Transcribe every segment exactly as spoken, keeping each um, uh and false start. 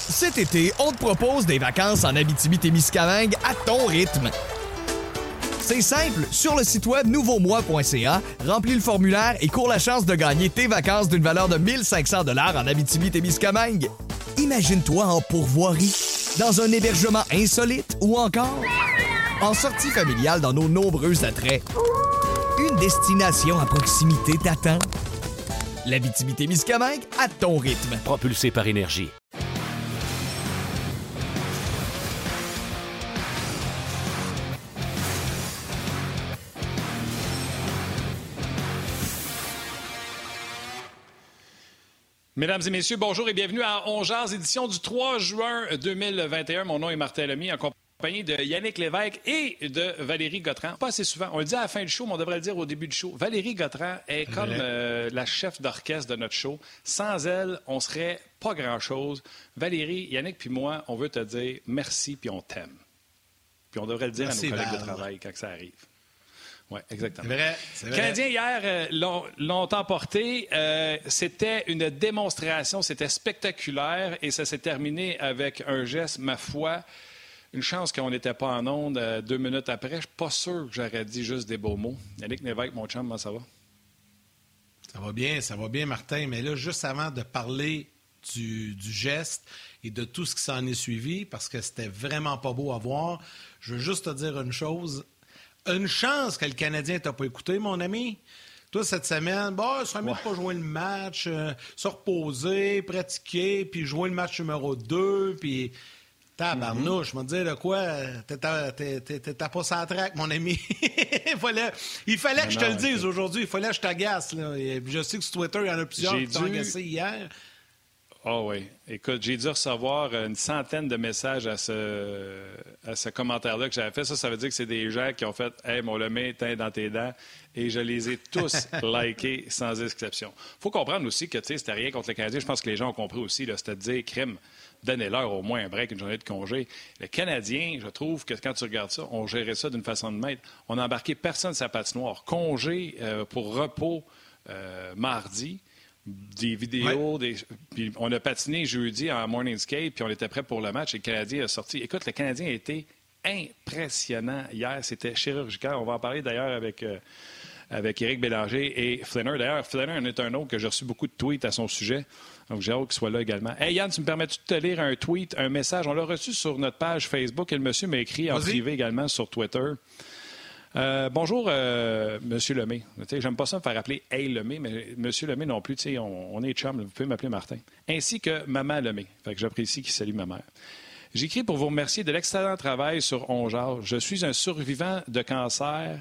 Cet été, on te propose des vacances en Abitibi-Témiscamingue à ton rythme. C'est simple, sur le site web nouveau moi point c a, remplis le formulaire et cours la chance de gagner tes vacances d'une valeur de mille cinq cents dollars en Abitibi-Témiscamingue. Imagine-toi en pourvoirie, dans un hébergement insolite ou encore en sortie familiale dans nos nombreux attraits. Une destination à proximité t'attend. L'Abitibi-Témiscamingue à ton rythme. Propulsé par Énergie. Mesdames et messieurs, bonjour et bienvenue à On Jase, édition du trois juin deux mille vingt et un. Mon nom est Martin Lemay, en compagnie de Yannick Lévesque et de Valérie Gautran. Pas assez souvent, on le dit à la fin du show, mais on devrait le dire au début du show. Valérie Gautran est comme euh, la chef d'orchestre de notre show. Sans elle, on serait pas grand-chose. Valérie, Yannick puis moi, on veut te dire merci puis on t'aime. Puis on devrait le dire merci à nos collègues Val. de travail quand ça arrive. Oui, exactement. C'est vrai, c'est vrai. Les Canadiens, hier, euh, l'ont, l'ont emporté. Euh, c'était une démonstration, c'était spectaculaire et ça s'est terminé avec un geste, ma foi. Une chance qu'on n'était pas en onde euh, deux minutes après. Je suis pas sûr que j'aurais dit juste des beaux mots. Yannick Lévesque, mon chum, comment ça va? Ça va bien, ça va bien, Martin. Mais là, juste avant de parler du, du geste et de tout ce qui s'en est suivi, parce que c'était vraiment pas beau à voir, je veux juste te dire une chose. Une chance que le Canadien t'a pas écouté, mon ami. Toi, cette semaine, bon, ça mieux de pas jouer le match, euh, se reposer, pratiquer, puis jouer le match numéro deux, puis tabarnouche, je me dire de quoi, t'étais pas sans track, mon ami. il fallait, il fallait que je te le dise aujourd'hui, il fallait que je t'agace. Là. Et je sais que sur Twitter, il y en a plusieurs J'ai qui t'ont dû... agacé hier. Ah oh oui. Écoute, j'ai dû recevoir une centaine de messages à ce, à ce commentaire-là que j'avais fait. Ça, ça veut dire que c'est des gens qui ont fait « Hey, mon Lemay, teint dans tes dents ». Et je les ai tous likés sans exception. Il faut comprendre aussi que, tu sais, c'était rien contre le Canadien. Je pense que les gens ont compris aussi, là, c'était de dire « Crime, donnez-leur au moins un break, une journée de congé ». Le Canadien, je trouve que quand tu regardes ça, on gérait ça d'une façon de maître. On n'a embarqué personne sur sa patinoire. Congé euh, pour repos euh, mardi. Des vidéos, ouais. des... puis on a patiné jeudi en morning skate, puis on était prêt pour le match et le Canadien a sorti. Écoute, le Canadien a été impressionnant hier, c'était chirurgical. On va en parler d'ailleurs avec, euh, avec Éric Bélanger et Flinner. D'ailleurs, Flinner en est un autre que j'ai reçu beaucoup de tweets à son sujet, donc j'ai hâte qu'il soit là également. Hey Yann, tu me permets-tu de te lire un tweet, un message? On l'a reçu sur notre page Facebook et le monsieur m'a écrit en privé également sur Twitter. Euh, bonjour, euh, M. Lemay. J'aime pas ça me faire appeler « Hey Lemay », mais M. Lemay non plus, on, on est chum, vous pouvez m'appeler Martin. Ainsi que Maman Lemay. Fait que j'apprécie qu'il salue ma mère. J'écris pour vous remercier de l'excellent travail sur On Jase. Je suis un survivant de cancer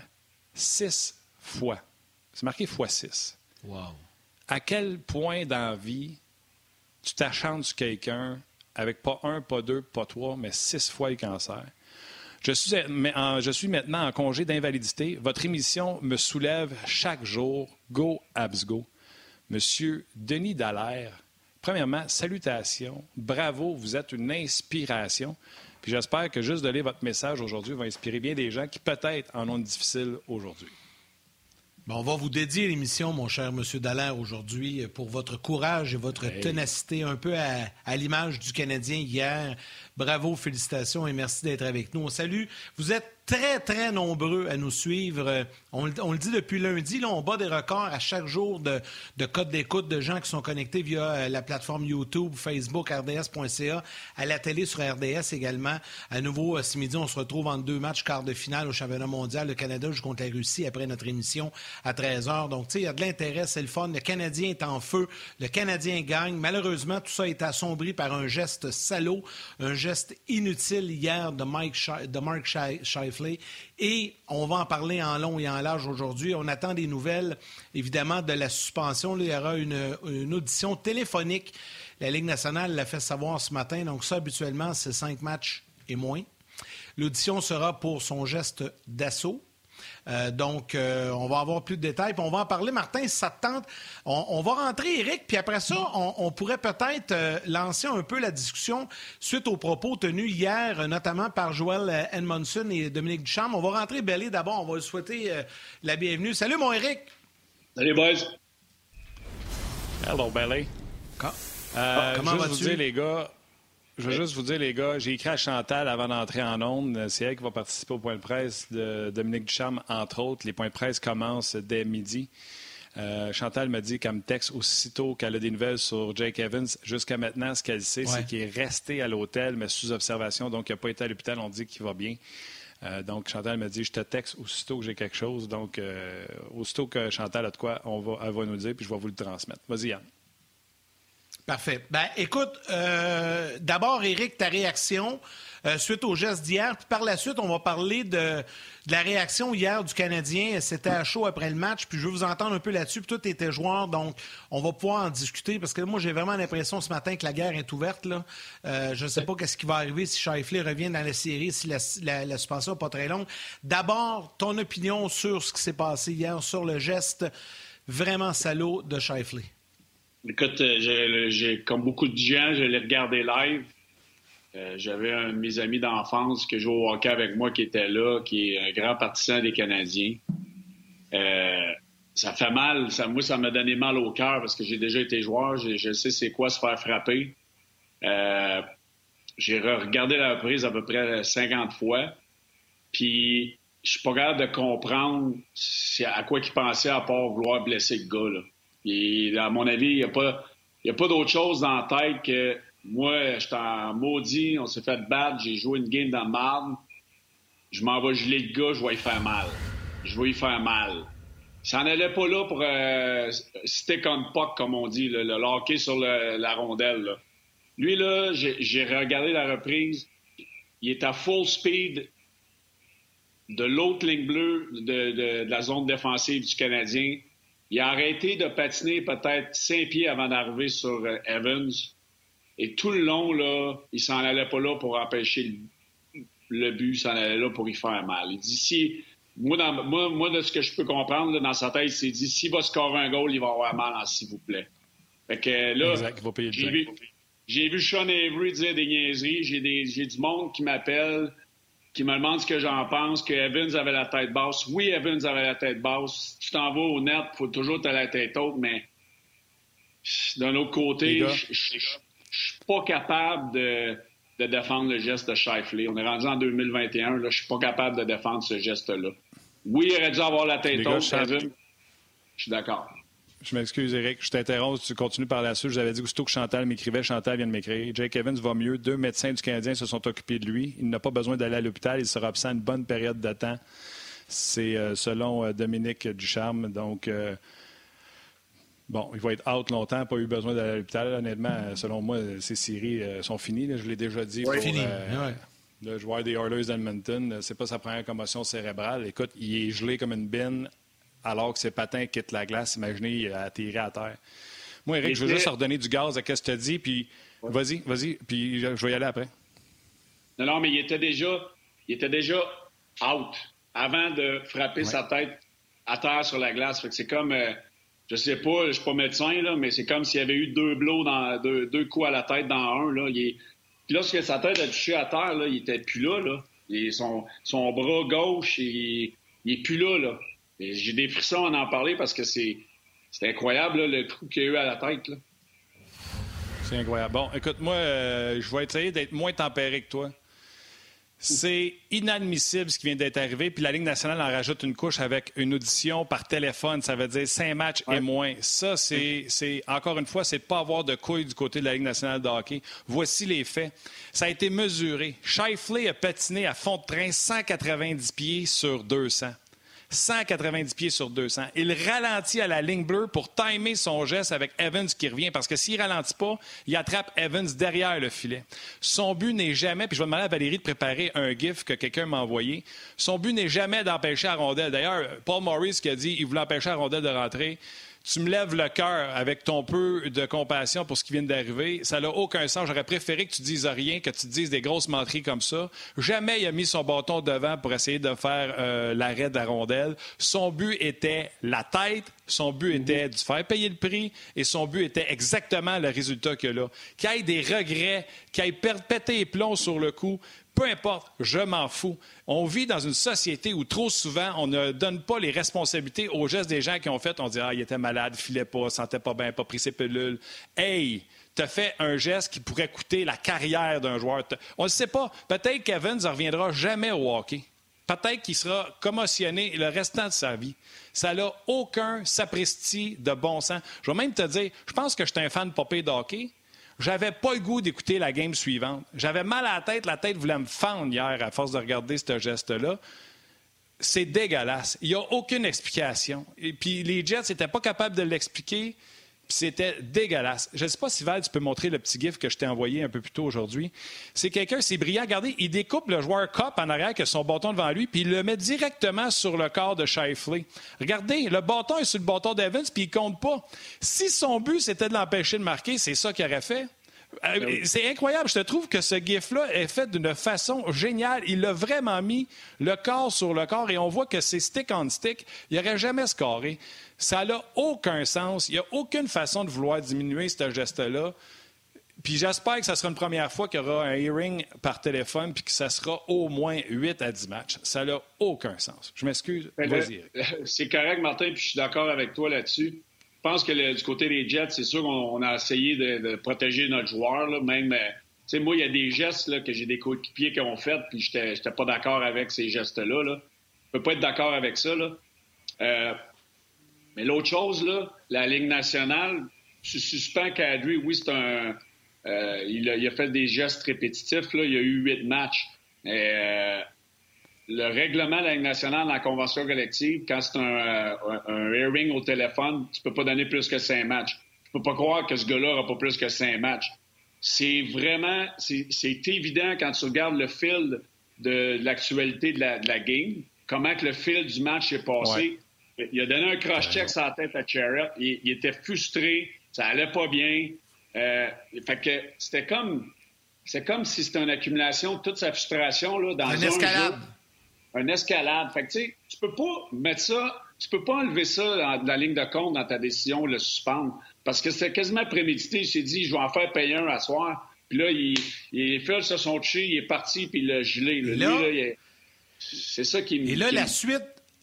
six fois. C'est marqué fois six. Wow. À quel point dans la vie tu t'acharnes sur quelqu'un avec pas un, pas deux, pas trois, mais six fois le cancer? Je suis, je suis maintenant en congé d'invalidité. Votre émission me soulève chaque jour. Go, Abs, go. Monsieur Denis Dallaire, premièrement, salutations. Bravo, vous êtes une inspiration. Puis j'espère que juste de lire votre message aujourd'hui va inspirer bien des gens qui peut-être en ont une difficile aujourd'hui. Bon, on va vous dédier l'émission, mon cher Monsieur Dallaire, aujourd'hui, pour votre courage et votre hey. ténacité, un peu à, à l'image du Canadien hier. Bravo, félicitations et merci d'être avec nous. On salue. Vous êtes très, très nombreux à nous suivre. On, on le dit depuis lundi, là, on bat des records à chaque jour de, de codes d'écoute de gens qui sont connectés via la plateforme YouTube, Facebook, R D S point C A, à la télé sur R D S également. À nouveau, ce midi, on se retrouve en deux matchs, quart de finale au championnat mondial. Le Canada joue contre la Russie après notre émission à treize heures. Donc, tu sais, il y a de l'intérêt, c'est le fun. Le Canadien est en feu. Le Canadien gagne. Malheureusement, tout ça a été assombri par un geste salaud, un geste inutile hier de, Mike Sh- de Mark Sh- Scheifele. Et on va en parler en long et en large aujourd'hui. On attend des nouvelles, évidemment, de la suspension. Là, il y aura une, une audition téléphonique. La Ligue nationale l'a fait savoir ce matin. Donc ça, habituellement, c'est cinq matchs et moins. L'audition sera pour son geste d'assaut. Euh, donc, euh, on va avoir plus de détails. Puis on va en parler. Martin, si ça te tente, on, on va rentrer, Éric. Puis après ça, on, on pourrait peut-être euh, lancer un peu la discussion suite aux propos tenus hier, euh, notamment par Joel Edmondson et Dominique Ducharme. On va rentrer Belé d'abord. On va lui souhaiter euh, la bienvenue. Salut, mon Éric. Salut, boys. Hello, Belé. Quand? Euh, Comment juste vas-tu? vous dire, les gars, je veux juste vous dire, les gars, j'ai écrit à Chantal avant d'entrer en ondes. C'est elle qui va participer au point de presse de Dominique Ducharme, entre autres. Les points de presse commencent dès midi. Euh, Chantal me dit qu'elle me texte aussitôt qu'elle a des nouvelles sur Jake Evans. Jusqu'à maintenant, ce qu'elle sait, ouais. c'est qu'il est resté à l'hôtel, mais sous observation, donc il n'a pas été à l'hôpital. On dit qu'il va bien. Euh, donc, Chantal me dit, je te texte aussitôt que j'ai quelque chose. Donc, euh, aussitôt que Chantal a de quoi, on va, elle va nous dire, puis je vais vous le transmettre. Vas-y, Yann. Parfait. Ben, écoute, euh, d'abord, Éric, ta réaction euh, suite au geste d'hier. Puis par la suite, on va parler de, de la réaction hier du Canadien. C'était à chaud après le match. Puis je veux vous entendre un peu là-dessus. Puis toi, tu étais joueur, donc on va pouvoir en discuter. Parce que moi, j'ai vraiment l'impression ce matin que la guerre est ouverte. Là. Euh, je ne sais pas qu'est-ce qui va arriver si Scheifele revient dans la série, si la, la, la suspension n'est pas très longue. D'abord, ton opinion sur ce qui s'est passé hier, sur le geste vraiment salaud de Scheifele. Écoute, j'ai, j'ai, comme beaucoup de gens, je l'ai regardé live. Euh, j'avais un de mes amis d'enfance qui joue au hockey avec moi qui était là, qui est un grand partisan des Canadiens. Euh, ça fait mal. Ça, moi, ça m'a donné mal au cœur parce que j'ai déjà été joueur. Je, je sais c'est quoi se faire frapper. Euh, j'ai regardé la reprise à peu près cinquante fois. Puis, je suis pas capable de comprendre à quoi il pensait à part vouloir blesser le gars, là. Et à mon avis, il n'y a pas, il y a pas d'autre chose dans la tête que moi, j'étais en maudit, on s'est fait battre, j'ai joué une game dans le marde, je m'en vais geler le gars, je vais y faire mal. Je vais y faire mal. Il s'en allait pas là pour euh, stick on puck, comme on dit, le, le hockey sur le, la rondelle. Là. Lui, là, j'ai, j'ai regardé la reprise, il est à full speed de l'autre ligne bleue de, de, de la zone défensive du Canadien. Il a arrêté de patiner peut-être cinq pieds avant d'arriver sur euh, Evans. Et tout le long, là, il s'en allait pas là pour empêcher le, le but, il s'en allait là pour y faire mal. Il dit, si, moi, dans, moi, moi, de ce que je peux comprendre, là, dans sa tête, il s'est dit, s'il va scorer un goal, il va avoir mal en s'il vous plaît. Fait que là, exact, j'ai, vu, j'ai vu Sean Avery dire des niaiseries, j'ai, des, j'ai du monde qui m'appelle, qui me demande ce que j'en pense, que Evans avait la tête basse. Oui, Evans avait la tête basse. Tu t'en vas au net, il faut toujours t'as la tête haute, mais d'un autre côté, je suis pas capable de, de défendre le geste de Scheifele. On est rendu en deux mille vingt et un, je suis pas capable de défendre ce geste-là. Oui, il aurait dû avoir la tête haute, Evans. Je suis d'accord. Je m'excuse, Éric. Je t'interromps. Tu continues par la suite. J'avais dit aussitôt que Chantal m'écrivait. Chantal vient de m'écrire. Jake Evans va mieux. Deux médecins du Canadien se sont occupés de lui. Il n'a pas besoin d'aller à l'hôpital. Il sera absent une bonne période de temps. C'est euh, selon euh, Dominique Ducharme. Donc, euh, bon, il va être out longtemps. Pas eu besoin d'aller à l'hôpital. Honnêtement, selon moi, ces séries euh, sont finies. Là. Je l'ai déjà dit. Oui, pour, fini. Euh, ouais. Le joueur des Oilers d'Edmonton, c'est pas sa première commotion cérébrale. Écoute, il est gelé comme une bine. Alors que ses patins quittent la glace, imaginez, il a atterri à terre. Moi, Éric, je veux juste redonner du gaz à ce que tu as dit, puis ouais. vas-y, vas-y, puis je vais y aller après. Non, non, mais il était déjà, il était déjà out avant de frapper ouais. sa tête à terre sur la glace. Fait que c'est comme, euh, je sais pas, je suis pas médecin, là, mais c'est comme s'il y avait eu deux blows, dans, deux, deux coups à la tête dans un. Là. Il est... Puis lorsque sa tête a touché à terre, là, il était plus là. là. Et son, son bras gauche, il, il est plus là, là. Et j'ai des frissons à en parler parce que c'est, c'est incroyable là, le coup qu'il y a eu à la tête. Là. C'est incroyable. Bon, écoute, moi, euh, je vais essayer d'être moins tempéré que toi. C'est inadmissible ce qui vient d'être arrivé. Puis la Ligue nationale en rajoute une couche avec une audition par téléphone. Ça veut dire cinq matchs ouais. et moins. Ça, c'est, c'est encore une fois, c'est de ne pas avoir de couilles du côté de la Ligue nationale de hockey. Voici les faits. Ça a été mesuré. Scheifele a patiné à fond de train cent quatre-vingt-dix pieds sur deux cents. cent quatre-vingt-dix pieds sur deux cents. Il ralentit à la ligne bleue pour timer son geste avec Evans qui revient. Parce que s'il ne ralentit pas, il attrape Evans derrière le filet. Son but n'est jamais, puis je vais demander à Valérie de préparer un gif que quelqu'un m'a envoyé, son but n'est jamais d'empêcher la rondelle. D'ailleurs, Paul Maurice qui a dit qu'il voulait empêcher la rondelle de rentrer. Tu me lèves le cœur avec ton peu de compassion pour ce qui vient d'arriver. Ça n'a aucun sens. J'aurais préféré que tu dises rien, que tu dises des grosses menteries comme ça. Jamais il a mis son bâton devant pour essayer de faire euh, l'arrêt de la rondelle. Son but était la tête. Son but mm-hmm. était de faire payer le prix. Et son but était exactement le résultat qu'il y a là. Qu'il y ait des regrets, qu'il ait pété les plombs sur le coup. Peu importe, je m'en fous. On vit dans une société où trop souvent, on ne donne pas les responsabilités aux gestes des gens qui ont fait. On dit « Ah, il était malade, il filait pas, sentait pas bien, pas pris ses pilules. » Hey, t'as fait un geste qui pourrait coûter la carrière d'un joueur. On ne sait pas. Peut-être qu'Evans ne reviendra jamais au hockey. Peut-être qu'il sera commotionné le restant de sa vie. Ça n'a aucun sapristi de bon sens. Je vais même te dire, je pense que j'étais un fan popé de hockey. J'avais pas le goût d'écouter la game suivante. J'avais mal à la tête. La tête voulait me fendre hier à force de regarder ce geste-là. C'est dégueulasse. Il n'y a aucune explication. Et puis les Jets n'étaient pas capables de l'expliquer. Puis c'était dégueulasse. Je ne sais pas si Val, tu peux montrer le petit gif que je t'ai envoyé un peu plus tôt aujourd'hui. C'est quelqu'un, c'est brillant. Regardez, il découpe le joueur Cup en arrière qui a son bâton devant lui, puis il le met directement sur le corps de Scheifele. Regardez, le bâton est sur le bâton d'Evans, puis il compte pas. Si son but, c'était de l'empêcher de marquer, c'est ça qu'il aurait fait. Euh, c'est incroyable. Je te trouve que ce gif-là est fait d'une façon géniale. Il a vraiment mis le corps sur le corps et on voit que c'est stick on stick. Il n'aurait jamais scoré. Ça n'a aucun sens. Il n'y a aucune façon de vouloir diminuer ce geste-là. Puis j'espère que ça sera une première fois qu'il y aura un hearing par téléphone puis que ça sera au moins huit à dix matchs. Ça n'a aucun sens. Je m'excuse. Vas-y. C'est correct, Martin, puis je suis d'accord avec toi là-dessus. Je pense que le, du côté des Jets, c'est sûr qu'on on a essayé de, de protéger notre joueur. Là. Même, euh, tu sais, moi, il y a des gestes là, que j'ai des coéquipiers qui ont fait, puis j'étais, j'étais pas d'accord avec ces gestes-là. Là. Je peux pas être d'accord avec ça. Là. Euh, mais l'autre chose, là, la Ligue nationale, je suspends qu'Adri, oui, c'est un... Euh, il, a, il a fait des gestes répétitifs. Là. Il y a eu huit matchs. Mais, euh, le règlement de la Ligue nationale dans la convention collective, quand c'est un, un, un hearing au téléphone, tu peux pas donner plus que cinq matchs. Tu peux pas croire que ce gars-là n'aura pas plus que cinq matchs. C'est vraiment... C'est, c'est évident quand tu regardes le fil de, de l'actualité de la, de la game, comment que le fil du match est passé. Ouais. Il a donné un cross-check sur la tête à Charrette. Il, il était frustré. Ça allait pas bien. Euh, fait que c'était comme... C'est comme si c'était une accumulation de toute sa frustration là, dans un, un escalade. Jour. Une escalade. Fait que, tu sais, tu peux pas mettre ça, tu peux pas enlever ça dans, dans la ligne de compte dans ta décision, le suspendre. Parce que c'était quasiment prémédité. Il s'est dit, je vais en faire payer un à soir. Puis là, il, il fait sur son touché, il est parti, puis il l'a gelé. Là. Là, Lui, là, il est... C'est ça qui me... Et là, qui... la suite,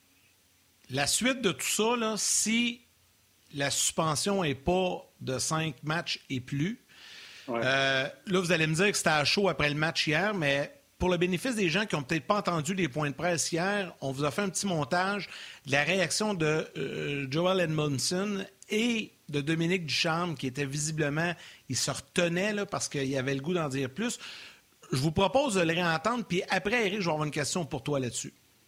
la suite de tout ça, là, si la suspension n'est pas de cinq matchs et plus, ouais. euh, là, vous allez me dire que c'était à chaud après le match hier, mais... Pour le bénéfice des gens qui n'ont peut-être pas entendu les points de presse hier, on vous a fait un petit montage de la réaction de euh, Joel Edmondson et de Dominique Ducharme, qui était visiblement, il se retenait là, parce qu'il avait le goût d'en dire plus. Je vous propose de le réentendre, puis après, Éric, je vais avoir une question pour toi là-dessus.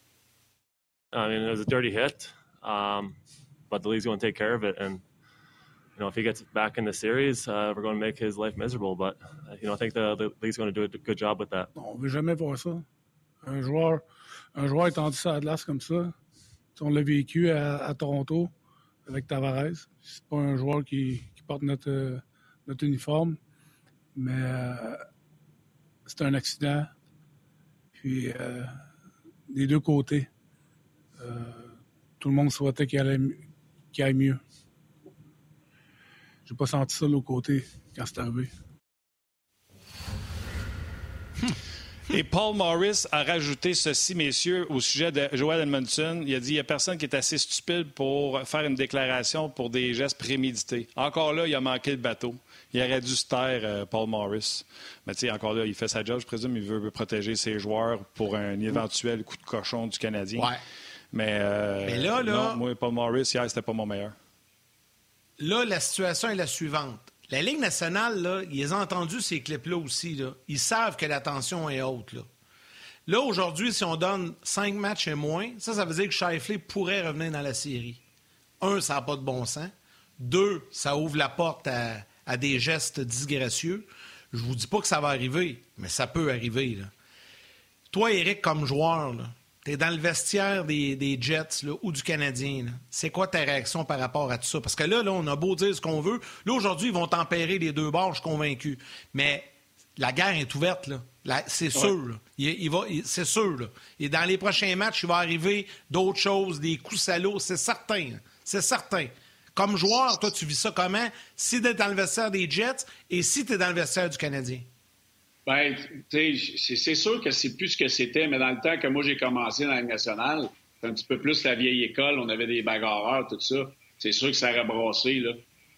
I mean, it was a dirty hit, um, but the league's going to take care of it, and you know, if he gets back in the series, uh, we're going to make his life miserable. But, you know, I think the, the league's going to do a good job with that. On ne veut jamais voir ça. Un joueur, un joueur étendu sur la glace comme ça, on l'a vécu à, à Toronto avec Tavares. C'est pas un joueur qui, qui porte notre, notre uniforme, mais euh, c'est un accident. Puis, euh, des deux côtés, euh, tout le monde souhaitait qu'il allait, qu'il aille mieux. J'ai pas senti ça de l'autre côté quand c'est arrivé. Et Paul Maurice a rajouté ceci, messieurs, au sujet de Joel Edmondson. Il a dit qu'il n'y a personne qui est assez stupide pour faire une déclaration pour des gestes prémédités. Encore là, il a manqué le bateau. Il aurait dû se taire, euh, Paul Maurice. Mais tu sais, encore là, il fait sa job, je présume. Il veut protéger ses joueurs pour un éventuel coup de cochon du Canadien. Ouais. Mais, euh, Mais là, là... non, moi, Paul Maurice, hier, c'était pas mon meilleur. Là, la situation est la suivante. La Ligue nationale, là, ils ont entendu ces clips-là aussi. Là. Ils savent que la tension est haute. Là, là aujourd'hui, si on donne cinq matchs et moins, ça, ça veut dire que Scheifele pourrait revenir dans la série. Un, ça n'a pas de bon sens. Deux, ça ouvre la porte à, à des gestes disgracieux. Je vous dis pas que ça va arriver, mais ça peut arriver. Là. Toi, Éric, comme joueur, là, t'es dans le vestiaire des, des Jets là, ou du Canadien. Là. C'est quoi ta réaction par rapport à tout ça? Parce que là, là, on a beau dire ce qu'on veut. Là, aujourd'hui, ils vont tempérer les deux bords, je suis convaincu. Mais la guerre est ouverte, là. La, c'est sûr. Ouais. Là. Il, il va, il, c'est sûr. Là. Et dans les prochains matchs, il va arriver d'autres choses, des coups salauds. C'est certain. Là. C'est certain. Comme joueur, toi, tu vis ça comment? Si t'es dans le vestiaire des Jets et si t'es dans le vestiaire du Canadien? Bien, tu sais, c'est sûr que c'est plus ce que c'était, mais dans le temps que moi j'ai commencé dans la Ligue nationale, c'est un petit peu plus la vieille école, on avait des bagarreurs, tout ça. C'est sûr que ça aurait brassé, là.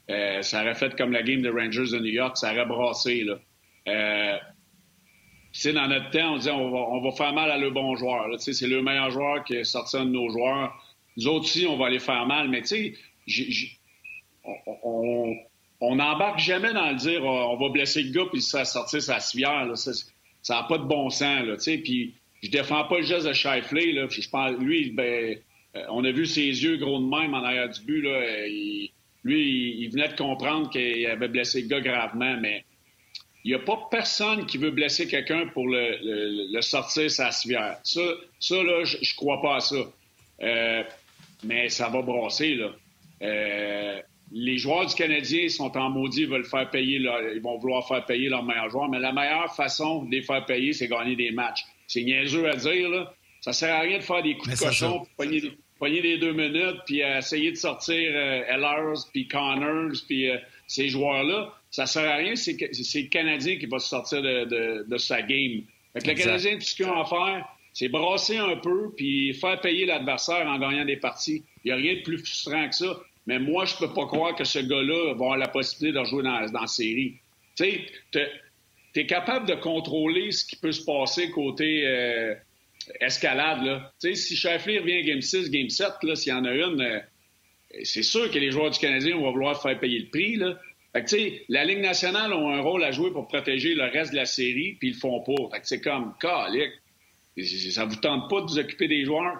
Euh, ça aurait fait comme la game de Rangers de New York, ça aurait brassé, là. Euh, tu sais, dans notre temps, on disait on va, on va faire mal à le bon joueur. Tu sais, c'est le meilleur joueur qui est sorti un de nos joueurs. Nous autres aussi, on va aller faire mal. Mais tu sais, on on n'embarque jamais dans le dire oh, on va blesser le gars puis ça sortir sa civière. Là. Ça n'a pas de bon sens. Là, tu sais. Puis je défends pas le geste de Scheifele. Là, puis je pense, lui, ben, on a vu ses yeux gros de même en arrière du but. Là, il, lui, il, il venait de comprendre qu'il avait blessé le gars gravement, mais il n'y a pas personne qui veut blesser quelqu'un pour le, le, le sortir sa civière. Ça, ça là, je ne crois pas à ça. Euh, mais ça va brasser, là. Euh, les joueurs du Canadien sont en maudit, ils veulent faire payer leur, ils vont vouloir faire payer leurs meilleurs joueurs, mais la meilleure façon de les faire payer, c'est gagner des matchs. C'est niaiseux à dire, là. Ça sert à rien de faire des coups mais de cochon, pour pogner, pogner des deux minutes, puis euh, essayer de sortir euh, Ehlers, puis Connors, puis euh, ces joueurs-là. Ça sert à rien, c'est, c'est le Canadien qui va se sortir de, de, de sa game. Fait que le Canadien, tout ce qu'ils ont à faire, c'est brasser un peu puis faire payer l'adversaire en gagnant des parties. Il n'y a rien de plus frustrant que ça. Mais moi, je peux pas croire que ce gars-là va avoir la possibilité de rejouer dans, dans la série. Tu sais, tu es capable de contrôler ce qui peut se passer côté euh, escalade. Là. Tu sais, si Scheifele revient Game six, Game sept, là, s'il y en a une, euh, c'est sûr que les joueurs du Canadien vont vouloir faire payer le prix, là. Fait que, tu sais, la Ligue nationale a un rôle à jouer pour protéger le reste de la série, puis ils le font pas. Fait que c'est comme, calique, ça vous tente pas de vous occuper des joueurs?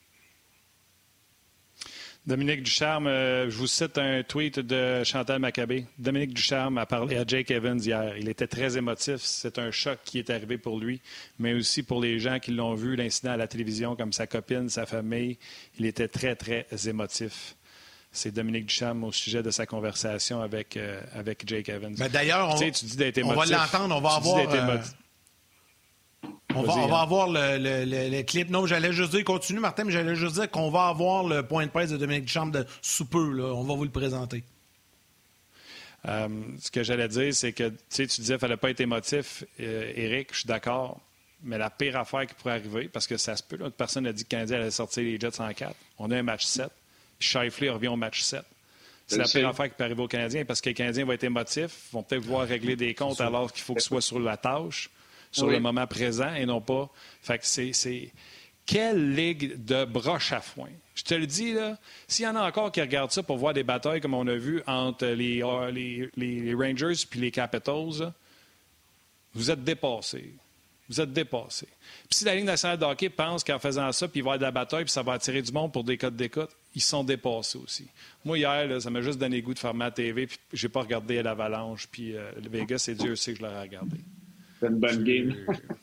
Dominique Ducharme, euh, je vous cite un tweet de Chantal Maccabé. Dominique Ducharme a parlé à Jake Evans hier. Il était très émotif. C'est un choc qui est arrivé pour lui, mais aussi pour les gens qui l'ont vu, l'incident à la télévision, comme sa copine, sa famille. Il était très, très émotif. C'est Dominique Ducharme au sujet de sa conversation avec, euh, avec Jake Evans. Ben d'ailleurs, on, tu sais, tu dis d'être on va l'entendre, on va avoir... Euh, on, va, on va avoir le, le, le, le clip. Non, j'allais juste dire, continue Martin, mais j'allais juste dire qu'on va avoir le point de presse de Dominique Ducharme de sous peu. Là. On va vous le présenter. Euh, ce que j'allais dire, c'est que tu disais qu'il ne fallait pas être émotif, euh, Éric, je suis d'accord. Mais la pire affaire qui pourrait arriver, parce que ça se peut, là, personne n'a dit que le Canadien allait sortir les Jets en quatre. On a un match sept. Scheifele revient au match sept. C'est la pire affaire qui peut arriver aux Canadiens parce que les Canadiens vont être émotifs, vont peut-être vouloir régler des comptes alors qu'il faut qu'ils soient sur la tâche, sur oui. le moment présent et non pas. Fait que c'est, c'est... Quelle ligue de broche à foin. Je te le dis, là, s'il y en a encore qui regardent ça pour voir des batailles comme on a vu entre les, les, les Rangers et les Capitals, là, vous êtes dépassés. Vous êtes dépassés. Puis si la Ligue nationale de hockey pense qu'en faisant ça, puis il va y avoir de la bataille, puis ça va attirer du monde pour des codes d'écoute, ils sont dépassés aussi. Moi, hier, là, ça m'a juste donné le goût de fermer la T V, puis j'ai pas regardé l'Avalanche, puis euh, le Vegas, et Dieu sait que je l'aurais regardé. C'est une bonne game.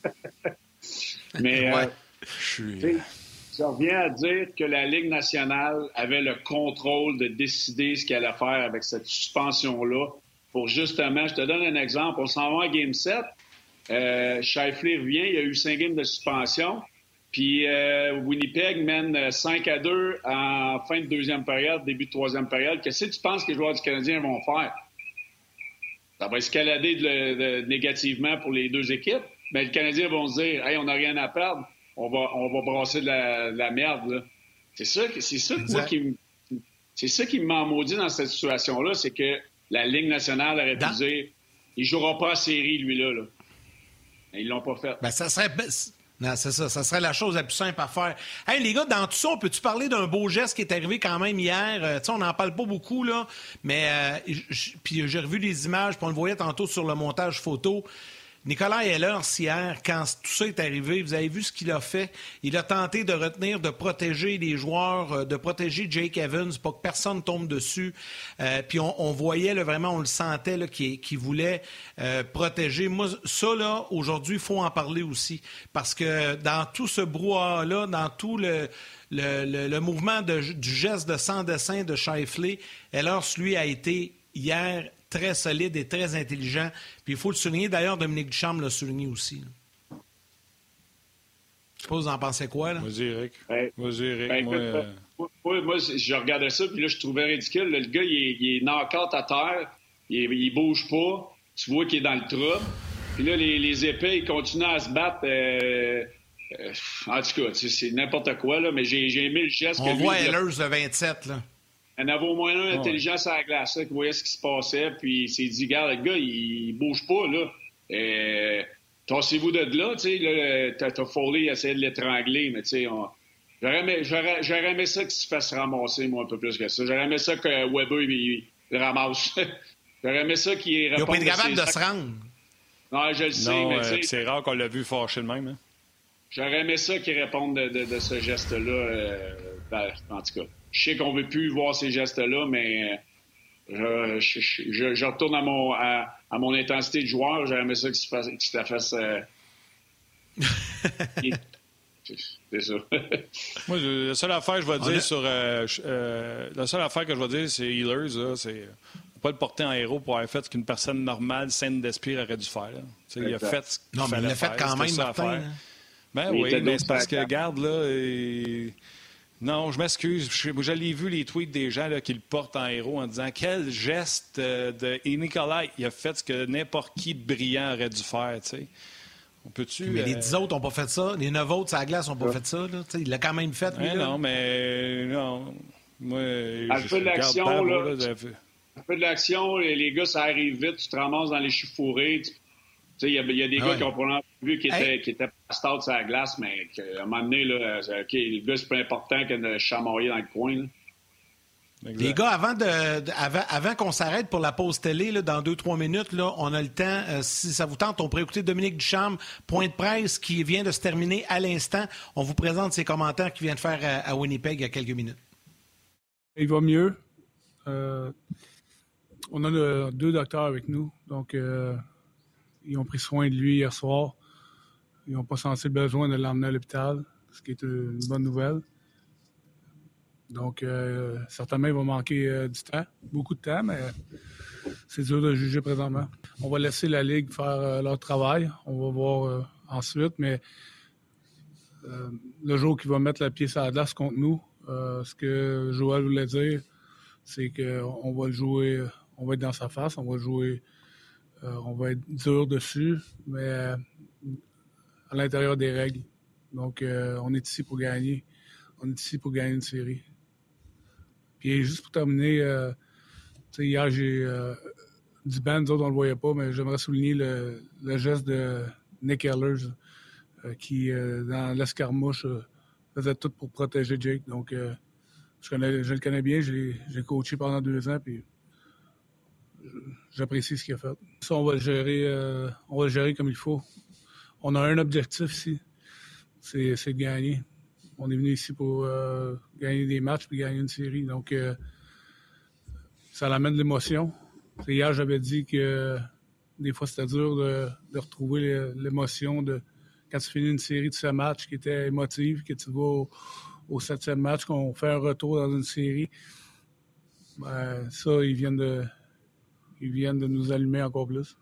Mais ouais. euh, je suis... je reviens à dire que la Ligue nationale avait le contrôle de décider ce qu'elle allait faire avec cette suspension-là pour justement, je te donne un exemple, on s'en va à Game sept, Euh, Scheifele revient, il y a eu cinq games de suspension. Puis euh, Winnipeg mène cinq à deux en fin de deuxième période, début de troisième période. Qu'est-ce que tu penses que les joueurs du Canadien vont faire? Ça va escalader de, de, négativement pour les deux équipes. Mais les Canadiens vont se dire « Hey, on n'a rien à perdre. On va, on va brasser de la, de la merde. » là. C'est ça, c'est ça que moi, qui, c'est ça qui m'a maudit dans cette situation-là, c'est que la Ligue nationale aurait pu dire « Il ne jouera pas en série, lui-là. » Là. Ils l'ont pas fait. Ben, ça serait... Non, c'est ça. Ça serait la chose la plus simple à faire. Hey, les gars, dans tout ça, on peut-tu parler d'un beau geste qui est arrivé quand même hier? Euh, tu sais, on n'en parle pas beaucoup, là. Mais, euh, puis j'ai revu les images, puis on le voyait tantôt sur le montage photo. Nicolas Ehlers, hier, quand tout ça est arrivé, vous avez vu ce qu'il a fait? Il a tenté de retenir, de protéger les joueurs, de protéger Jake Evans, pas que personne tombe dessus. Euh, puis on, on voyait, là, vraiment, on le sentait, là, qu'il, qu'il voulait euh, protéger. Moi, ça, là, aujourd'hui, il faut en parler aussi. Parce que dans tout ce brouhaha-là, dans tout le... Le, le, le mouvement de, du geste de sans-dessin de Scheifele, Ehlers, lui, a été hier très solide et très intelligent. Puis il faut le souligner. D'ailleurs, Dominique Ducharme l'a souligné aussi. Là. Je sais pas, vous en pensez quoi, là? Vas-y, Eric. Ben, Vas-y, Eric. Ben, moi, écoute, euh... moi, moi, moi, je regardais ça, puis là, je trouvais ridicule. Là, le gars, il est, il est knock-out à terre. Il, il bouge pas. Tu vois qu'il est dans le trou. Puis là, les, les épées, ils continuent à se battre. Euh, euh, en tout cas, c'est n'importe quoi, là, mais j'ai, j'ai aimé le geste. On que voit lui, Ehlers le vingt-sept, là. Il y en avait au moins un oh, intelligent ouais. sur la glace, là, qui voyait ce qui se passait, puis il s'est dit, regarde, le gars, il, il bouge pas, là. Et, tassez-vous de là, tu sais, là, t'as, t'as Foley essayé de l'étrangler, mais tu sais, on... j'aurais, aimé, j'aurais, j'aurais aimé ça qu'il se fasse ramasser, moi, un peu plus que ça. J'aurais aimé ça que Weber, il, il, il ramasse. J'aurais aimé ça qu'il réponde. Il n'a pas été capable de ses... se rendre. Non, je le sais, non, mais euh, tu sais... c'est rare qu'on l'a vu fâché de même, hein. J'aurais aimé ça qu'il réponde de, de, de ce geste-là. Euh, ben, en tout cas, je sais qu'on ne veut plus voir ces gestes-là, mais euh, je, je, je, je retourne à mon, à, à mon intensité de joueur. J'aurais aimé ça qu'il se fasse... Qu'il se fasse euh... c'est ça. Moi, la seule affaire que je vais dire a... sur... Euh, euh, la seule affaire que je vais dire, c'est Ehlers, là, c'est... pas le porter en héros pour avoir fait ce qu'une personne normale, saine d'esprit, aurait dû faire. Il a fait ce qu'il non, mais fallait il l'a fait faire. quand même, ça Martin. Hein? Ben il oui, mais c'est parce que, à regarde, là... Et... Non, je m'excuse. Je, je l'ai vu, les tweets des gens là, qui le portent en héros en disant quel geste euh, de... Et Nikolai, il a fait ce que n'importe qui de brillant aurait dû faire, tu sais. On peut-tu... Mais euh... les dix autres n'ont pas fait ça. Les neuf autres, sur la glace, n'ont pas ouais. fait ça. Là. Il l'a quand même fait, lui. Ouais, là. non, mais... Non. Moi, à le je feu de l'action, bravo, là... là un peu de l'action, les, les gars, ça arrive vite, tu te ramasses dans les chifourés. Tu sais, il y, y a des ah gars ouais. qui ont probablement vu qui étaient, hey. qui étaient pas start sur la glace, mais à un moment donné, là, OK, le gars, c'est plus important que de chamailler dans le coin. Là. Les gars, avant, de, de, avant, avant qu'on s'arrête pour la pause télé, là, dans deux, trois minutes, là, on a le temps. Euh, si ça vous tente, on pourrait écouter Dominique Ducharme, point de presse qui vient de se terminer à l'instant. On vous présente ses commentaires qu'il vient de faire à, à Winnipeg il y a quelques minutes. Il va mieux. Euh, on a le, deux docteurs avec nous, donc euh, ils ont pris soin de lui hier soir. Ils n'ont pas senti le besoin de l'emmener à l'hôpital, ce qui est une bonne nouvelle. Donc, euh, certainement, il va manquer euh, du temps, beaucoup de temps, mais c'est dur de juger présentement. On va laisser la Ligue faire euh, leur travail. On va voir euh, ensuite, mais euh, le jour qu'il va mettre le pied sur la glace contre nous, euh, ce que Joël voulait dire, c'est qu'on va le jouer, on va être dans sa face, on va jouer, euh, on va être dur dessus, mais euh, à l'intérieur des règles. Donc, euh, on est ici pour gagner. On est ici pour gagner une série. Puis juste pour terminer, euh, hier, j'ai euh, du banc, nous autres, on ne le voyait pas, mais j'aimerais souligner le, le geste de Nick Ehlers euh, qui, euh, dans l'escarmouche, euh, faisait tout pour protéger Jake. Donc, euh, je, connais, je le connais bien, je l'ai, je l'ai coaché pendant deux ans, puis j'apprécie ce qu'il a fait. Ça, on va le gérer, euh, on va le gérer comme il faut. On a un objectif ici, c'est, c'est de gagner. On est venu ici pour euh, gagner des matchs puis gagner une série. Donc, euh, ça l'amène de l'émotion. C'est hier, j'avais dit que euh, des fois, c'était dur de, de retrouver l'émotion de quand tu finis une série de ce match qui était émotive, que tu vas au, au septième match, qu'on fait un retour dans une série. Ben, ça, ils viennent de, ils viennent de nous allumer encore plus.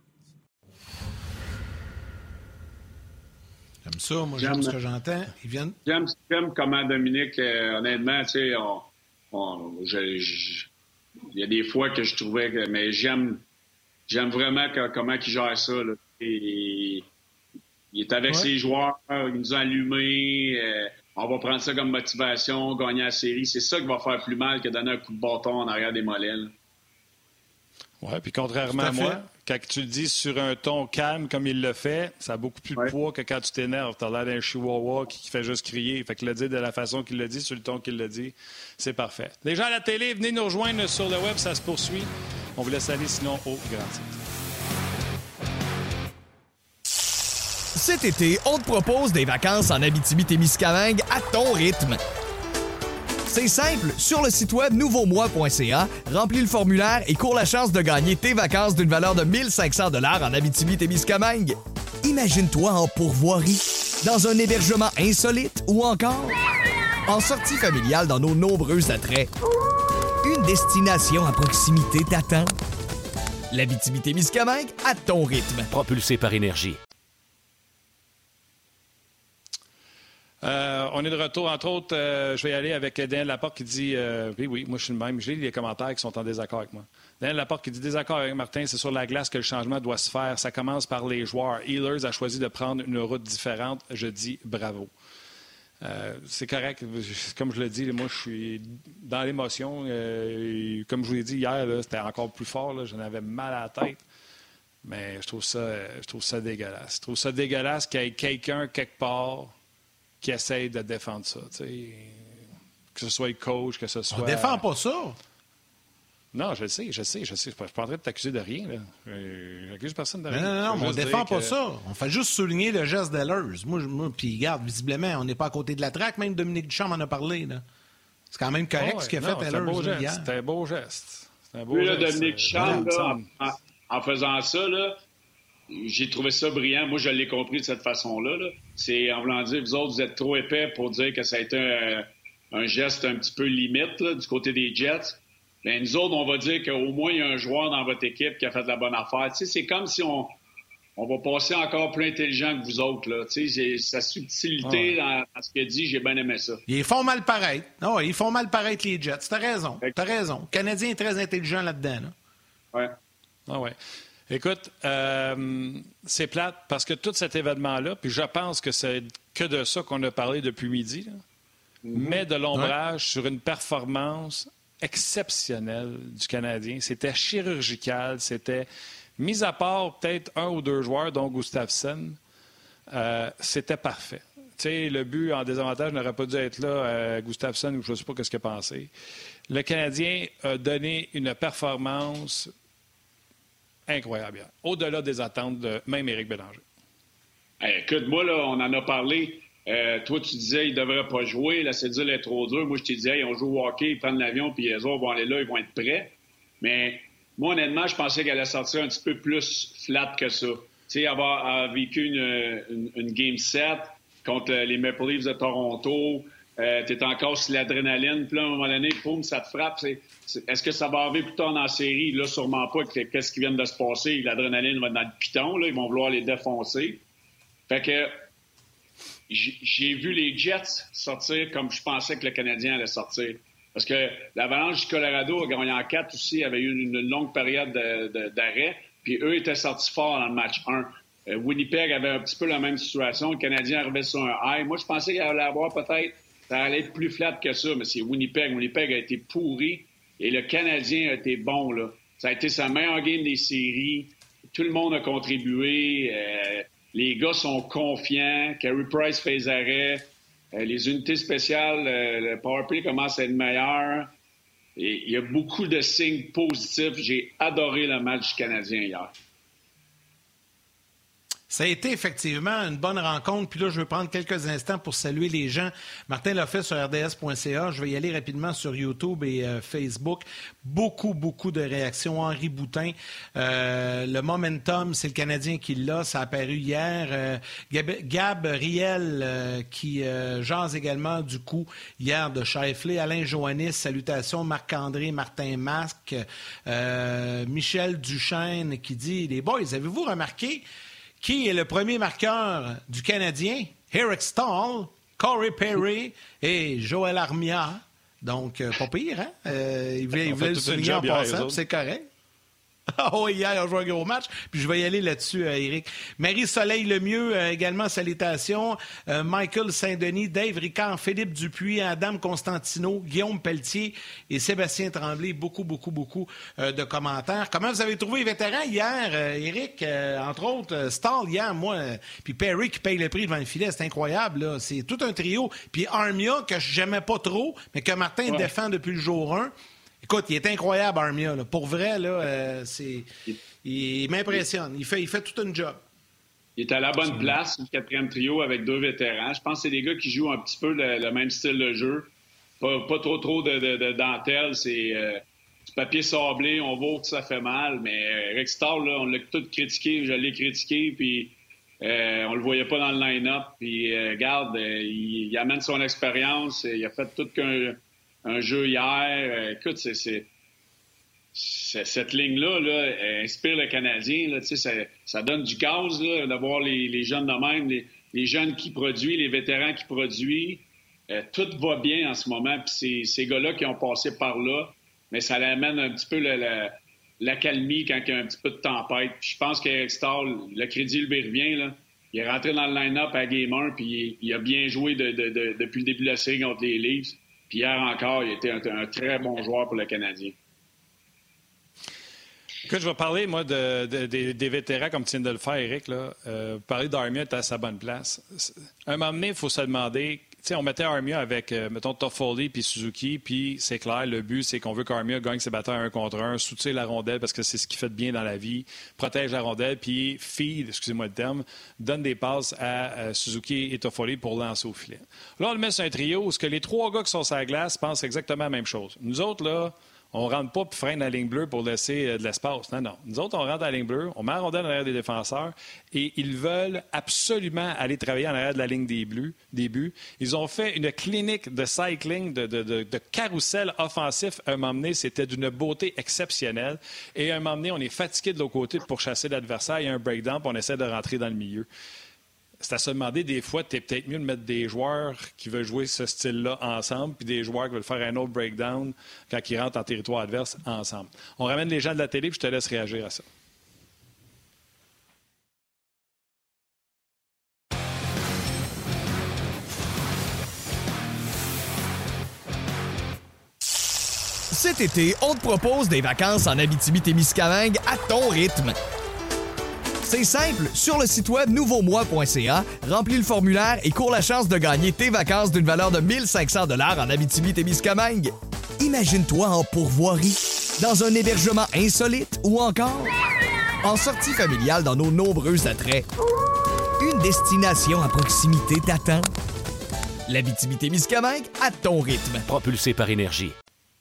J'aime ça, moi, j'aime, j'aime ce que j'entends. Ils viennent... J'aime, j'aime comment Dominique, euh, honnêtement, tu sais, on, on, je, je, il y a des fois que je trouvais que, mais j'aime, j'aime vraiment que, comment il gère ça, là. Et, il est avec ouais. ses joueurs, il nous a allumés, euh, on va prendre ça comme motivation, gagner la série. C'est ça qui va faire plus mal que donner un coup de bâton en arrière des mollets, là. Oui, puis contrairement à, à moi, quand tu le dis sur un ton calme comme il le fait, ça a beaucoup plus ouais. de poids que quand tu t'énerves. Tu as l'air d'un chihuahua qui, qui fait juste crier. Fait que le dire de la façon qu'il le dit, sur le ton qu'il le dit, c'est parfait. Les gens à la télé, venez nous rejoindre sur le web, ça se poursuit. On vous laisse aller sinon au grand titre. Cet été, on te propose des vacances en Abitibi-Témiscamingue à ton rythme. C'est simple, sur le site web nouveau moi point c a, remplis le formulaire et cours la chance de gagner tes vacances d'une valeur de mille cinq cents dollars en Abitibi-Témiscamingue. Imagine-toi en pourvoirie, dans un hébergement insolite ou encore en sortie familiale dans nos nombreux attraits. Une destination à proximité t'attend. L'Abitibi-Témiscamingue à ton rythme. Propulsé par Énergie. Euh, on est de retour, entre autres, euh, je vais y aller avec Daniel Laporte qui dit, euh, oui, oui, moi je suis le même, j'ai les commentaires qui sont en désaccord avec moi. Daniel Laporte qui dit, désaccord avec Martin, c'est sur la glace que le changement doit se faire, ça commence par les joueurs. Ehlers a choisi de prendre une route différente, je dis bravo. Euh, c'est correct. Comme je le dis, moi, je suis dans l'émotion. Euh, comme je vous l'ai dit hier, là, c'était encore plus fort. Là, j'en avais mal à la tête. Mais je trouve ça, je trouve ça dégueulasse. Je trouve ça dégueulasse qu'il y ait quelqu'un quelque part qui essaye de défendre ça. T'sais. Que ce soit le coach, que ce soit... On défend pas ça. Non, je le sais, je sais, je sais. Je ne suis pas en train de t'accuser de rien. Là. Je n'accuse personne de rien. Non, non, non, mais on défend pas que... ça. On fait juste souligner le geste d'Ellers. Moi, moi puis regarde, visiblement, on n'est pas à côté de la traque. Même Dominique Duchamp en a parlé. Là. C'est quand même correct oh, ouais. ce qu'a non, fait Ehlers hier. C'était un beau geste. Un beau oui, geste. Là, Dominique Duchamp, là, en, en faisant ça, là, j'ai trouvé ça brillant. Moi, je l'ai compris de cette façon-là. Là. C'est en voulant dire, vous autres, vous êtes trop épais pour dire que ça a été un, un geste un petit peu limite là, du côté des Jets. Bien, nous autres, on va dire qu'au moins, il y a un joueur dans votre équipe qui a fait de la bonne affaire. Tu sais, c'est comme si on, on va passer encore plus intelligent que vous autres. Là. Tu sais, sa subtilité oh. dans, dans ce qu'il a dit, j'ai bien aimé ça. Ils font mal paraître. Oh, ils font mal paraître, les Jets. T'as raison. T'as raison. Le Canadien est très intelligent là-dedans. Là. Oui. Ah ouais. Écoute, euh, c'est plate parce que tout cet événement-là, puis je pense que c'est que de ça qu'on a parlé depuis midi, là, mm-hmm. met de l'ombrage ouais. sur une performance exceptionnel du Canadien. C'était chirurgical. C'était, mis à part peut-être un ou deux joueurs, dont Gustafsson, euh, c'était parfait. Tu sais, le but en désavantage n'aurait pas dû être là à Gustafsson ou je ne sais pas ce qu'il a pensé. Le Canadien a donné une performance incroyable hier, au-delà des attentes de même Éric Bélanger. Hey, écoute, moi, là, on en a parlé. Euh, toi, tu disais il ne devrait pas jouer. La cédule est trop dure. Moi, je te disais, hey, on joue au hockey, ils prennent l'avion, puis les autres vont aller là, ils vont être prêts. Mais moi, honnêtement, je pensais qu'elle allait sortir un petit peu plus flat que ça. Tu sais, avoir, avoir vécu une, une, une Game sept contre les Maple Leafs de Toronto, euh, tu es encore sur l'adrénaline, puis là, à un moment donné, boum, ça te frappe. C'est, c'est, est-ce que ça va arriver plus tard dans la série? Là, sûrement pas. Qu'est-ce qui vient de se passer? L'adrénaline va dans le piton, là, ils vont vouloir les défoncer. Fait que j'ai vu les Jets sortir comme je pensais que le Canadien allait sortir. Parce que l'Avalanche du Colorado a gagné en quatre aussi, avait eu une longue période de, de, d'arrêt, puis eux étaient sortis forts dans le match un. Euh, Winnipeg avait un petit peu la même situation. Le Canadien arrivait sur un high. Moi, je pensais qu'il allait avoir peut-être, ça allait être plus flat que ça, mais c'est Winnipeg. Winnipeg a été pourri et le Canadien a été bon, là. Ça a été sa meilleure game des séries. Tout le monde a contribué. Euh, Les gars sont confiants. Carey Price fait les arrêts. Euh, les unités spéciales, euh, le powerplay commence à être meilleur. Et il y a beaucoup de signes positifs. J'ai adoré le match du Canadien hier. Ça a été effectivement une bonne rencontre. Puis là, je vais prendre quelques instants pour saluer les gens. Martin l'a fait sur R D S point C A. Je vais y aller rapidement sur YouTube et euh, Facebook. Beaucoup, beaucoup de réactions. Henri Boutin. Euh, le momentum, c'est le Canadien qui l'a. Ça a apparu hier. Euh, Gab, Gab Riel euh, qui euh, jase également du coup hier de Scheifele. Alain Joannis, salutations. Marc-André, Martin Masque. Euh, Michel Duchesne qui dit, les boys, avez-vous remarqué qui est le premier marqueur du Canadien? Eric Staal, Corey Perry et Joel Armia. Donc, euh, pas pire, hein? Euh, il voulait, il voulait le souligner en passant, c'est correct. Ah oui, hier, on joue un gros match. Puis je vais y aller là-dessus, euh, Éric. Marie-Soleil Lemieux, euh, également, salutations. Euh, Michael Saint-Denis, Dave Ricard, Philippe Dupuis, Adam Constantino, Guillaume Pelletier et Sébastien Tremblay. Beaucoup, beaucoup, beaucoup euh, de commentaires. Comment vous avez trouvé les vétérans hier, euh, Éric? Euh, entre autres, euh, Staal hier, moi, euh, puis Perry qui paye le prix devant le filet. C'est incroyable, là. C'est tout un trio. Puis Armia, que j'aimais pas trop, mais que Martin ouais. défend depuis le jour un. Écoute, il est incroyable, Armia. Là. Pour vrai, là, euh, c'est... Il, il m'impressionne. Il fait, il fait tout un job. Il est à la bonne place, le quatrième trio avec deux vétérans. Je pense que c'est des gars qui jouent un petit peu le, le même style de jeu. Pas, pas trop trop de, de, de dentelle. C'est euh, du papier sablé. On voit que ça fait mal. Mais Eric Staal, là, on l'a tout critiqué. Je l'ai critiqué. Puis euh, on le voyait pas dans le line-up. Puis euh, regarde, euh, il, il amène son expérience. Il a fait tout qu'un... un jeu hier. Écoute, c'est, c'est, c'est cette ligne-là là, elle inspire le Canadien. Là, ça, ça donne du gaz là, d'avoir les, les jeunes de même, les, les jeunes qui produisent, les vétérans qui produisent. Euh, tout va bien en ce moment. Puis c'est, ces gars-là qui ont passé par là, mais ça l'amène un petit peu la, la, l'accalmie quand il y a un petit peu de tempête. Puis je pense qu'Eric Staal, le crédit lui revient. Là. Il est rentré dans le line-up à Game un, puis il, il a bien joué de, de, de, depuis le début de la série contre les Leafs. Puis hier encore, il était un, un très bon joueur pour le Canadien. Écoute, je vais parler, moi, de, de, de, des vétérans, comme tu viens de le faire, Éric. Là. Euh, parler d'Armia est à sa bonne place. À un moment donné, il faut se demander... Tu sais, on mettait Armia avec, euh, mettons, Toffoli puis Suzuki, puis c'est clair, le but, c'est qu'on veut qu'Armia gagne ses batailles un contre un, soutient la rondelle parce que c'est ce qu'il fait de bien dans la vie, protège la rondelle, puis feed, excusez-moi le terme, donne des passes à, à Suzuki et Toffoli pour lancer au filet. Là, on le met sur un trio où ce que les trois gars qui sont sur la glace pensent exactement la même chose. Nous autres, là, on ne rentre pas et freine la ligne bleue pour laisser euh, de l'espace. Non, non. Nous autres, on rentre à la ligne bleue, on met la rondelle en arrière des défenseurs et ils veulent absolument aller travailler en arrière de la ligne des bleus, des buts. Ils ont fait une clinique de cycling, de, de, de, de carrousel offensif. À un moment donné, c'était d'une beauté exceptionnelle. Et à un moment donné, on est fatigué de l'autre côté pour chasser l'adversaire. Il y a un breakdown puis on essaie de rentrer dans le milieu. C'est à se demander, des fois, c'est peut-être mieux de mettre des joueurs qui veulent jouer ce style-là ensemble, puis des joueurs qui veulent faire un autre breakdown quand ils rentrent en territoire adverse ensemble. On ramène les gens de la télé, puis je te laisse réagir à ça. Cet été, on te propose des vacances en Abitibi-Témiscamingue à ton rythme. C'est simple, sur le site web nouveau moi point c a, remplis le formulaire et cours la chance de gagner tes vacances d'une valeur de mille cinq cents dollars en Abitibi-Témiscamingue. Imagine-toi en pourvoirie, dans un hébergement insolite ou encore en sortie familiale dans nos nombreux attraits. Une destination à proximité t'attend. L'Abitibi-Témiscamingue à ton rythme. Propulsé par Énergie.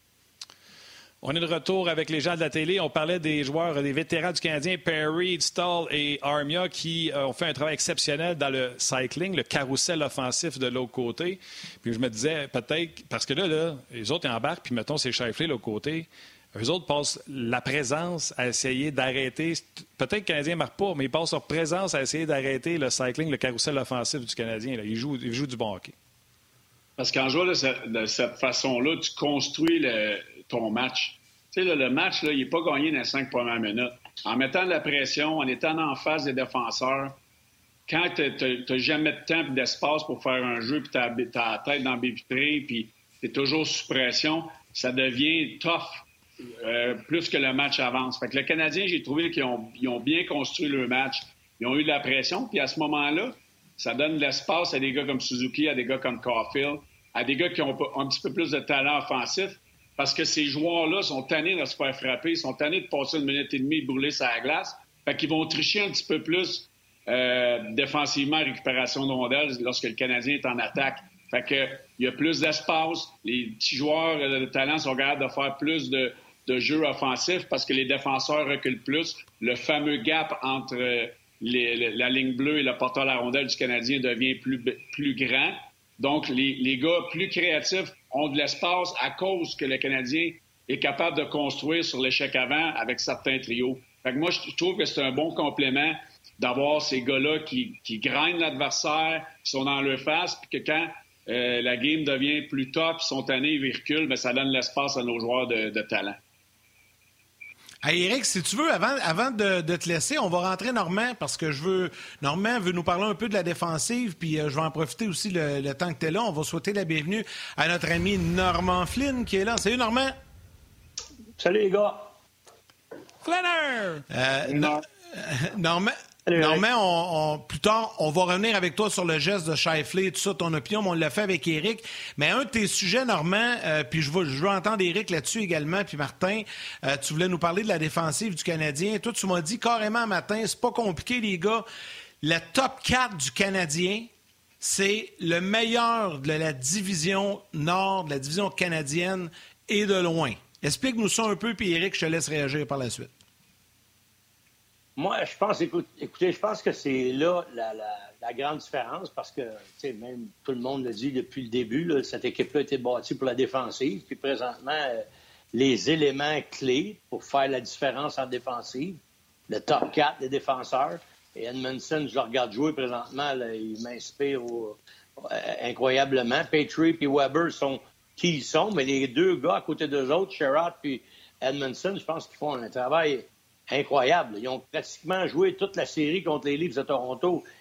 On est de retour avec les gens de la télé. On parlait des joueurs, des vétérans du Canadien, Perry, Stahl et Armia, qui euh, ont fait un travail exceptionnel dans le cycling, le carrousel offensif de l'autre côté. Puis je me disais, peut-être, parce que là, là les autres ils embarquent, puis mettons, c'est Scheifele de l'autre côté. Eux autres passent la présence à essayer d'arrêter. Peut-être que le Canadien ne marque pas, mais ils passent leur présence à essayer d'arrêter le cycling, le carrousel offensif du Canadien. Là. Ils, jouent, ils jouent du bon hockey. Parce qu'en jouant de cette, de cette façon-là, tu construis le, ton match. Tu sais, là, le match, là, il n'est pas gagné dans les cinq premières minutes. En mettant de la pression, en étant en face des défenseurs, quand tu n'as jamais de temps et d'espace pour faire un jeu, puis tu as la tête dans le baie vitrée, puis tu es toujours sous pression, ça devient tough euh, plus que le match avance. Fait que le Canadien, j'ai trouvé qu'ils ont, ils ont bien construit le match. Ils ont eu de la pression, puis à ce moment-là, ça donne de l'espace à des gars comme Suzuki, à des gars comme Caulfield, à des gars qui ont un petit peu plus de talent offensif, parce que ces joueurs-là sont tannés de se faire frapper, sont tannés de passer une minute et demie et de brûler sa glace. Fait qu'ils vont tricher un petit peu plus euh, défensivement en récupération de rondelles lorsque le Canadien est en attaque. Fait que il y a plus d'espace. Les petits joueurs de talent sont capables de faire plus de, de jeux offensifs parce que les défenseurs reculent plus. Le fameux gap entre les, la ligne bleue et le porteur à la rondelle du Canadien devient plus, plus grand. Donc, les, les gars plus créatifs ont de l'espace à cause que le Canadien est capable de construire sur l'échec avant avec certains trios. Fait que moi, je trouve que c'est un bon complément d'avoir ces gars-là qui, qui grindent l'adversaire, qui sont dans leur face, puis que quand euh, la game devient plus tough, ils sont tannés, ils reculent, bien, ça donne l'espace à nos joueurs de, de talent. Hey Éric, si tu veux, avant, avant de, de te laisser, on va rentrer Normand parce que je veux. Normand veut nous parler un peu de la défensive, puis euh, je vais en profiter aussi le, le temps que tu es là. On va souhaiter la bienvenue à notre ami Normand Flynn qui est là. Salut Normand! Salut les gars! Flanner! Euh, no, euh, Normand. Normand, on, on, plus tard, on va revenir avec toi sur le geste de Scheifele et tout ça, ton opinion, mais on l'a fait avec Éric. Mais un de tes sujets, Normand, euh, puis je veux, je veux entendre Éric là-dessus également, puis Martin, euh, tu voulais nous parler de la défensive du Canadien. Toi, tu m'as dit carrément matin, c'est pas compliqué, les gars. Le top quatre du Canadien, c'est le meilleur de la division nord, de la division canadienne, et de loin. Explique-nous ça un peu, puis Éric, je te laisse réagir par la suite. Moi, je pense, écoute, écoutez, je pense que c'est là la, la, la grande différence parce que, tu sais, même tout le monde l'a dit depuis le début, là, cette équipe-là a été bâtie pour la défensive. Puis présentement, euh, les éléments clés pour faire la différence en défensive, le top quatre des défenseurs, et Edmondson, je le regarde jouer présentement, là, il m'inspire au, euh, incroyablement. Petrie et Weber sont qui ils sont, mais les deux gars à côté d'eux autres, Sherrod et Edmondson, je pense qu'ils font un travail incroyable. Ils ont pratiquement joué toute la série contre les Leafs de Toronto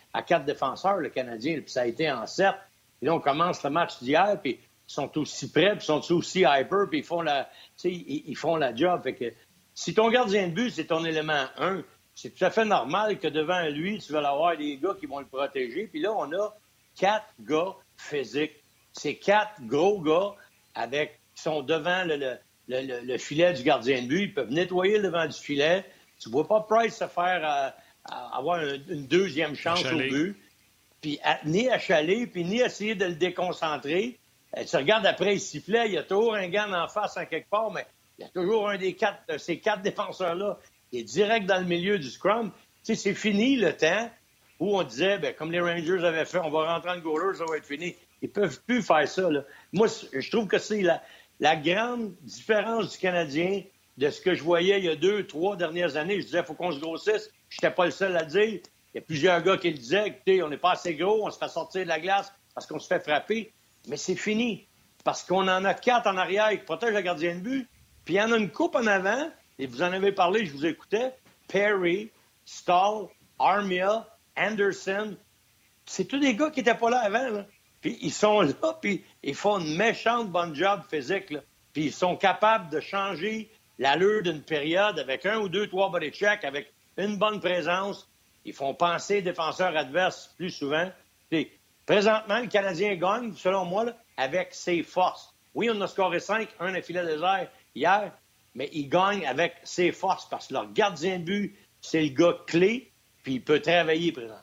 à quatre défenseurs, le Canadien, puis ça a été en sept. Puis là, on commence le match d'hier, puis ils sont aussi prêts, puis ils sont aussi hyper, puis ils font la, ils, ils font la job. Fait que si ton gardien de but, c'est ton élément un, c'est tout à fait normal que devant lui, tu vas avoir des gars qui vont le protéger. Puis là, on a quatre gars physiques. C'est quatre gros gars avec qui sont devant le, le, le, le filet du gardien de but. Ils peuvent nettoyer le devant du filet. Tu ne vois pas Price se faire à, à avoir un, une deuxième chance Achalé. au but. Puis à, ni achaler, puis ni essayer de le déconcentrer. Euh, tu regardes après le sifflet, il y a toujours un gars en face en quelque part, mais il y a toujours un des quatre, de ces quatre défenseurs-là qui est direct dans le milieu du scrum. Tu sais, c'est fini le temps où on disait, ben, comme les Rangers avaient fait, on va rentrer en goaler, ça va être fini. Ils peuvent plus faire ça, là. Moi, je trouve que c'est la, la grande différence du Canadien de ce que je voyais il y a deux, trois dernières années. Je disais, il faut qu'on se grossisse. Je n'étais pas le seul à le dire. Il y a plusieurs gars qui le disaient, écoutez, on n'est pas assez gros, on se fait sortir de la glace parce qu'on se fait frapper. Mais c'est fini. Parce qu'on en a quatre en arrière qui protègent le gardien de but. Puis il y en a une coupe en avant, et vous en avez parlé, je vous écoutais. Perry, Stahl, Armia, Anderson. C'est tous des gars qui n'étaient pas là avant, là. Puis ils sont là, puis ils font une méchante bonne job physique, là. Puis ils sont capables de changer l'allure d'une période avec un ou deux, trois body checks, avec une bonne présence. Ils font penser les défenseurs adverses plus souvent. Puis, présentement, le Canadien gagne, selon moi, là, avec ses forces. Oui, on a scoré cinq, un à filet désert hier, mais il gagne avec ses forces parce que leur gardien de but, c'est le gars clé, puis il peut travailler présent.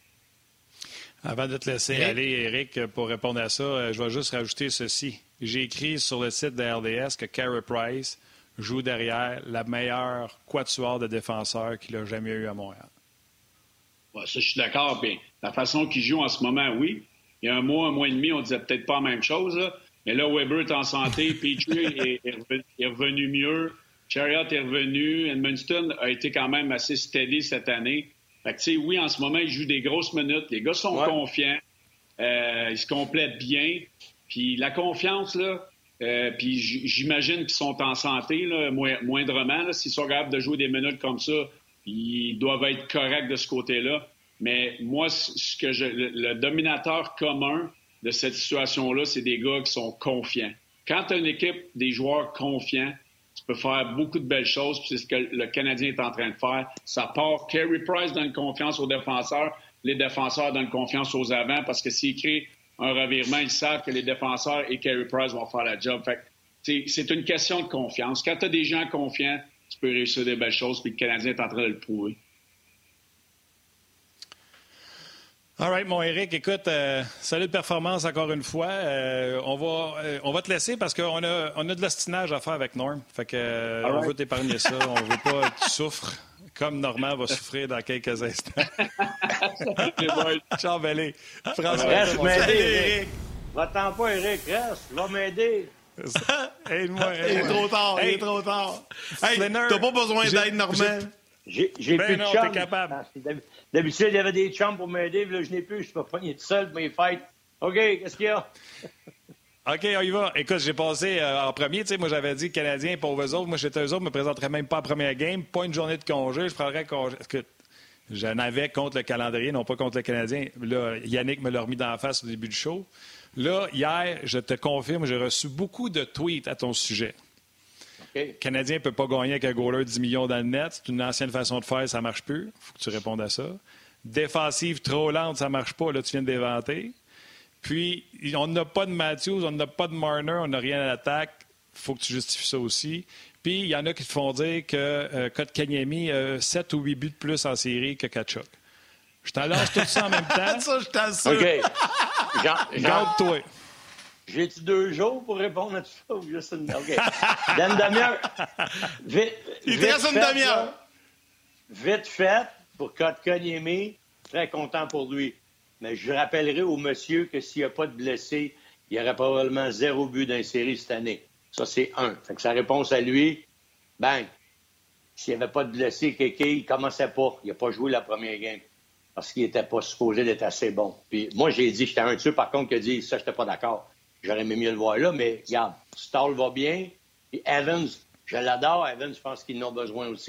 Avant de te laisser Éric? aller, Éric, pour répondre à ça, je vais juste rajouter ceci. J'ai écrit sur le site de R D S que Carey Price joue derrière la meilleure quatuor de défenseurs qu'il a jamais eu à Montréal. Ouais, ça, je suis d'accord. Bien, la façon qu'il joue en ce moment, oui. Il y a un mois, un mois et demi, on disait peut-être pas la même chose. Là. Mais là, Weber est en santé, Petrie est, est, revenu, est revenu mieux, Chariot est revenu, Edmundston a été quand même assez steady cette année. Fait que, tu sais, oui, en ce moment, il joue des grosses minutes. Les gars sont ouais. confiants. Euh, ils se complètent bien. Puis la confiance, là, euh, puis j'imagine qu'ils sont en santé, là, moindrement. Là, s'ils sont capables de jouer des minutes comme ça, ils doivent être corrects de ce côté-là. Mais moi, ce que je, le, le dominateur commun de cette situation-là, c'est des gars qui sont confiants. Quand tu as une équipe des joueurs confiants, tu peux faire beaucoup de belles choses, puis c'est ce que le Canadien est en train de faire. Ça part. Carey Price donne confiance aux défenseurs, les défenseurs donnent confiance aux avants, parce que s'ils créent un revirement, ils savent que les défenseurs et Carey Price vont faire la job. Fait que, c'est une question de confiance. Quand tu as des gens confiants, tu peux réussir des belles choses, puis le Canadien est en train de le prouver. All right, mon Éric, écoute, euh, solide performance encore une fois. Euh, on va euh, on va te laisser parce qu'on a, on a de l'ostinage à faire avec Norm. Fait que euh, on right. veut t'épargner ça. On veut pas que tu souffres comme Normand va souffrir dans quelques instants. Ciao, Bellé. François, Reste m'aider, Éric. Va-t'en pas, Éric. Reste. Va m'aider. Aide-moi. Il est trop tard, Hey, il est trop tard. Hey, Spinner, t'as pas besoin j'ai- d'aide, Normand. J'ai, j'ai Ben plus non, de chums. t'es capable. Ah, d'hab- D'habitude, il y avait des chums pour m'aider. Puis là, je n'ai plus. Je suis pas pogné tout seul pour mes fêtes. OK, qu'est-ce qu'il y a? OK, on y va. Écoute, j'ai passé euh, en premier. Tu sais, moi, j'avais dit Canadien pour eux autres. Moi, j'étais eux autres, je me présenterais même pas en première game. Pas une journée de congé. Je prendrais congé. Écoute, j'en avais contre le calendrier, non pas contre le Canadien. Là, Yannick me l'a remis dans la face au début du show. Là, hier, je te confirme, j'ai reçu beaucoup de tweets à ton sujet. Okay. Le Canadien ne peut pas gagner avec un goaler de dix millions dans le net. C'est une ancienne façon de faire, ça ne marche plus. Il faut que tu répondes à ça. Défensive trop lente, ça ne marche pas. Là, tu viens de d'éventer. Puis, on n'a pas de Matthews, on n'a pas de Marner, on n'a rien à l'attaque. Il faut que tu justifies ça aussi. Puis, il y en a qui te font dire que euh, Kotkaniemi a sept ou huit buts de plus en série que Tkachuk. Je t'en lance tout ça en même temps. Ça, je t'assure. OK. Jean, Jean, Garde-toi. j'ai-tu deux jours pour répondre à tout ça ou juste une... OK. Dans une demi-heure. Vite, Il te vite reste une fait, demi-heure. là. Vite fait pour Kotkaniemi. Très content pour lui. Mais je rappellerai au monsieur que s'il n'y a pas de blessé, il y aurait probablement zéro but dans les séries cette année. Ça, c'est un. Fait que sa réponse à lui, bang. S'il n'y avait pas de blessé, Kéké, il ne commençait pas. Il n'a pas joué la première game. Parce qu'il n'était pas supposé d'être assez bon. Puis moi, j'ai dit, j'étais un de ceux, par contre, qui a dit, ça, je n'étais pas d'accord. J'aurais aimé mieux le voir là, mais regarde, Stahl va bien. Puis Evans, je l'adore. Evans, je pense qu'ils en ont besoin aussi.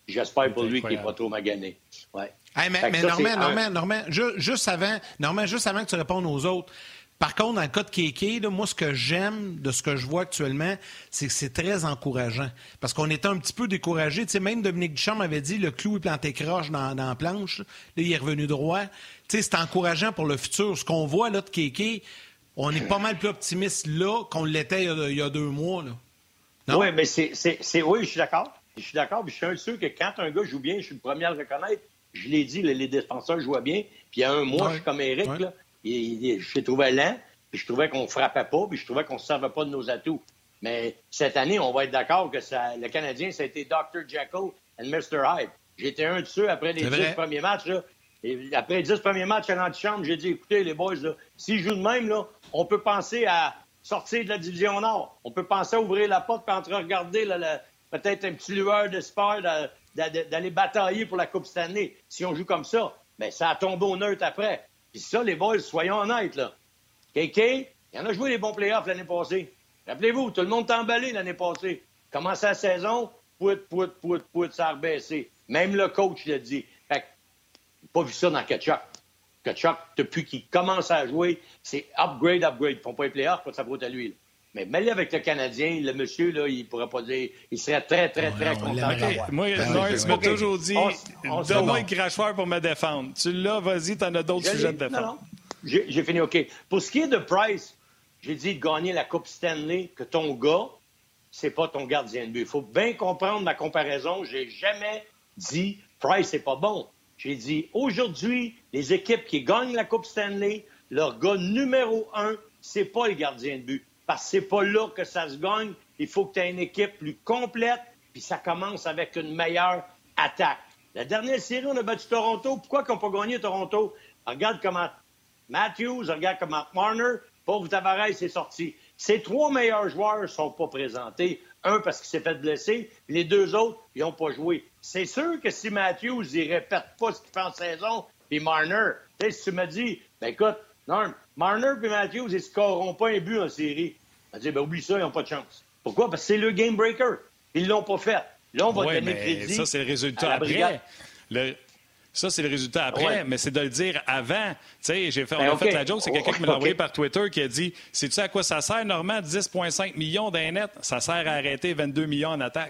J'espère pour lui qu'il n'est pas trop magané. Ouais. Hey, mais mais ça, Normand, Normand, un... Normand, ju- juste avant, Normand, juste avant que tu répondes aux autres, par contre, dans le cas de Kéké, là, moi, ce que j'aime de ce que je vois actuellement, c'est que c'est très encourageant. Parce qu'on était un petit peu découragés. Tu sais, même Dominique Ducharme m'avait dit le clou est planté croche dans, dans la planche. Là, il est revenu droit. Tu sais, c'est encourageant pour le futur. Ce qu'on voit là de Kéké, on est pas mal plus optimiste là qu'on l'était il y a, il y a deux mois. Là. Oui, mais c'est, c'est, c'est. Oui, je suis d'accord. Je suis d'accord. Puis je suis sûr que quand un gars joue bien, je suis le premier à le reconnaître. Je l'ai dit, les, les défenseurs jouaient bien. Puis il y a un mois, ouais. je suis comme Éric, ouais. là. Il, il, je l'ai trouvé lent, puis je trouvais qu'on frappait pas, puis je trouvais qu'on ne se servait pas de nos atouts. Mais cette année, on va être d'accord que ça, le Canadien, ça a été docteur Jekyll et mister Hyde. J'étais un de ceux après les dix premiers matchs. Là, et après les dix premiers matchs à l'antichambre, j'ai dit, écoutez, les boys, là, s'ils jouent de même, là, on peut penser à sortir de la division Nord. On peut penser à ouvrir la porte et entrer regarder là, la, peut-être un petit lueur d'espoir d'aller batailler pour la Coupe Stanley. Si on joue comme ça, bien, ça a tombé au neutre après. Puis ça, les boys, soyons honnêtes, là. K K, il en a joué des bons playoffs l'année passée. Rappelez-vous, tout le monde t'a emballé l'année passée. Commencé la saison, pouit, pouit, pouit, pouit, ça a rebaissé. Même le coach l'a dit. Fait que, pas vu ça dans Tkachuk. Tkachuk, depuis qu'il commence à jouer, c'est upgrade, upgrade. Ils font pas les playoffs, pas de sa faute à lui, là. Mais mêlé avec le Canadien, le monsieur, là, il pourrait pas dire... Il serait très, très, très ouais, content d'avoir. Moi, North, tu m'as toujours dit, donne-moi un crachoir pour me défendre. Tu l'as, vas-y, t'en as d'autres sujets de défendre. Non, non. J'ai, j'ai fini, OK. Pour ce qui est de Price, j'ai dit de gagner la Coupe Stanley, que ton gars, c'est pas ton gardien de but. Il faut bien comprendre ma comparaison. J'ai jamais dit Price, c'est pas bon. J'ai dit, aujourd'hui, les équipes qui gagnent la Coupe Stanley, leur gars numéro un, c'est pas le gardien de but. Parce que c'est pas là que ça se gagne. Il faut que tu aies une équipe plus complète, puis ça commence avec une meilleure attaque. La dernière série, on a battu Toronto. Pourquoi qu'on n'a pas gagné Toronto? Regarde comment Matthews, regarde comment Marner, pauvre Tavares, est sorti. Ces trois meilleurs joueurs ne sont pas présentés. Un, parce qu'il s'est fait blesser. Les deux autres, ils n'ont pas joué. C'est sûr que si Matthews, il répète pas ce qu'il fait en saison, puis Marner, tu sais, si tu me dis, ben écoute, non, Marner et Matthews, ils ne scoreront pas un but en série. On va dire, ben oublie ça, ils n'ont pas de chance. Pourquoi? Parce que c'est le game breaker. Ils ne l'ont pas fait. Là, on va oui, donner mais crédit. Ça, c'est le résultat après. Le... Ça, c'est le résultat après, ouais. mais c'est de le dire avant. Tu sais, j'ai fait, ben, on a okay. fait la joke, c'est quelqu'un qui me l'a envoyé okay. par Twitter qui a dit « Sais-tu à quoi ça sert, Normand, dix virgule cinq millions d'un net? Ça sert à arrêter vingt-deux millions en attaque. »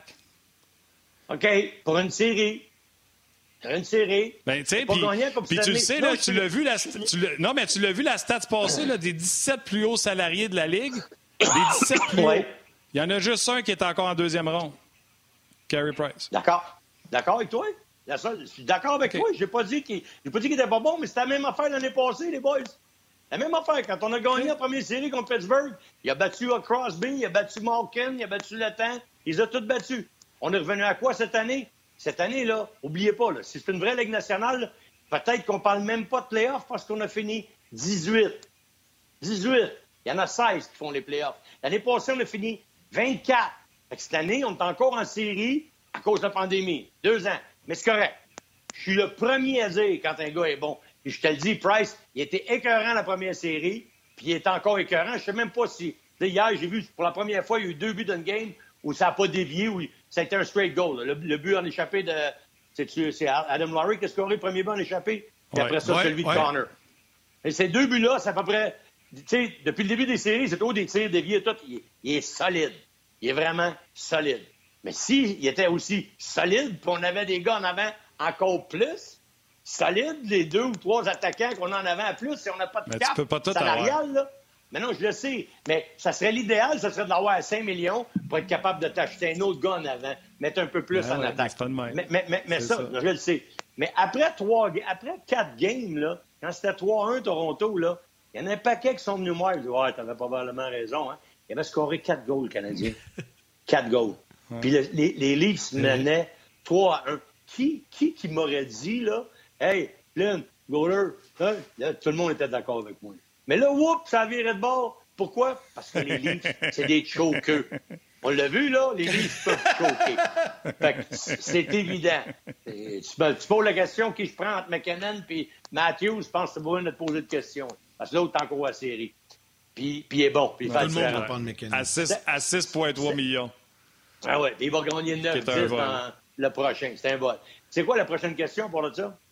OK, pour une série. Pour une série. Ben, tu sais, puis tu le sais, là, tu l'as vu, la, tu l'as, non, mais tu l'as vu la stats passer, là, des dix-sept plus hauts salariés de la Ligue. Des dix-sept plus ouais. hauts. Il y en a juste un qui est encore en deuxième ronde. Carey Price. D'accord. D'accord avec toi? La seule, je suis d'accord avec okay. toi. Je n'ai pas dit qu'il n'était pas bon, mais c'était la même affaire l'année passée, les boys. La même affaire. Quand on a gagné la première série contre Pittsburgh, il a battu Crosby, il a battu Malkin, il a battu Le Temps. Il les a tous battus. On est revenu à quoi cette année? Cette année, là, oubliez pas, là, si c'est une vraie Ligue nationale, peut-être qu'on ne parle même pas de playoffs parce qu'on a fini dix-huit. dix-huit. Il y en a seize qui font les playoffs. L'année passée, on a fini vingt-quatre. Fait que cette année, on est encore en série à cause de la pandémie. Deux ans. Mais c'est correct. Je suis le premier à dire quand un gars est bon. Et je te le dis, Price, il était écœurant la première série, puis il est encore écœurant. Je sais même pas si... Hier, j'ai vu, pour la première fois, il y a eu deux buts d'une game où ça n'a pas dévié, où ça a été un straight goal. Le, le but en échappé de... C'est, c'est Adam Lowry qui a scoré le premier but en échappé, puis ouais, après ça, ouais, celui ouais. de Connor. Et ces deux buts-là, c'est à peu près... Tu sais, depuis le début des séries, c'est toujours des tirs déviés, tout. Il, il est solide. Il est vraiment solide. Mais s'il était aussi solide, puis on avait des gars en avant encore plus, solides, les deux ou trois attaquants qu'on a en avant à plus, si on n'a pas de cap salarial, là. Mais non, je le sais. Mais ça serait l'idéal, ça serait de l'avoir à cinq millions pour être capable de t'acheter un autre gars en avant, mettre un peu plus ben en ouais, attaque. Mais, mais, mais, mais ça, ça, je le sais. Mais après trois, après quatre games, là, quand c'était trois un Toronto, là, il y en a un paquet qui sont venus moi. Ils disent, ouais, t'avais probablement raison, hein. Il avait scoré quatre goals, le Canadien. quatre goals. Ouais. Puis le, les, les Leafs menaient trois à un. Qui, qui, qui m'aurait dit, là, hey, Flynn, goaler, hein? Là, tout le monde était d'accord avec moi. Mais là, whoop, ça a viré de bord. Pourquoi? Parce que les Leafs, c'est des chokeux. On l'a vu, là, les Leafs peuvent choquer. Fait que c'est évident. Et tu, me, tu poses la question qui je prends entre McKinnon et Matthews, je pense que c'est besoin de te poser de questions. Parce que l'autre est encore à la série. Puis, puis il est bon. Puis il ouais, fait tout le monde va prendre McKinnon. À six virgule trois millions. Ah ouais, puis il va gagner neuf dix dans le prochain. C'est un vol. C'est quoi la prochaine question pour le ça?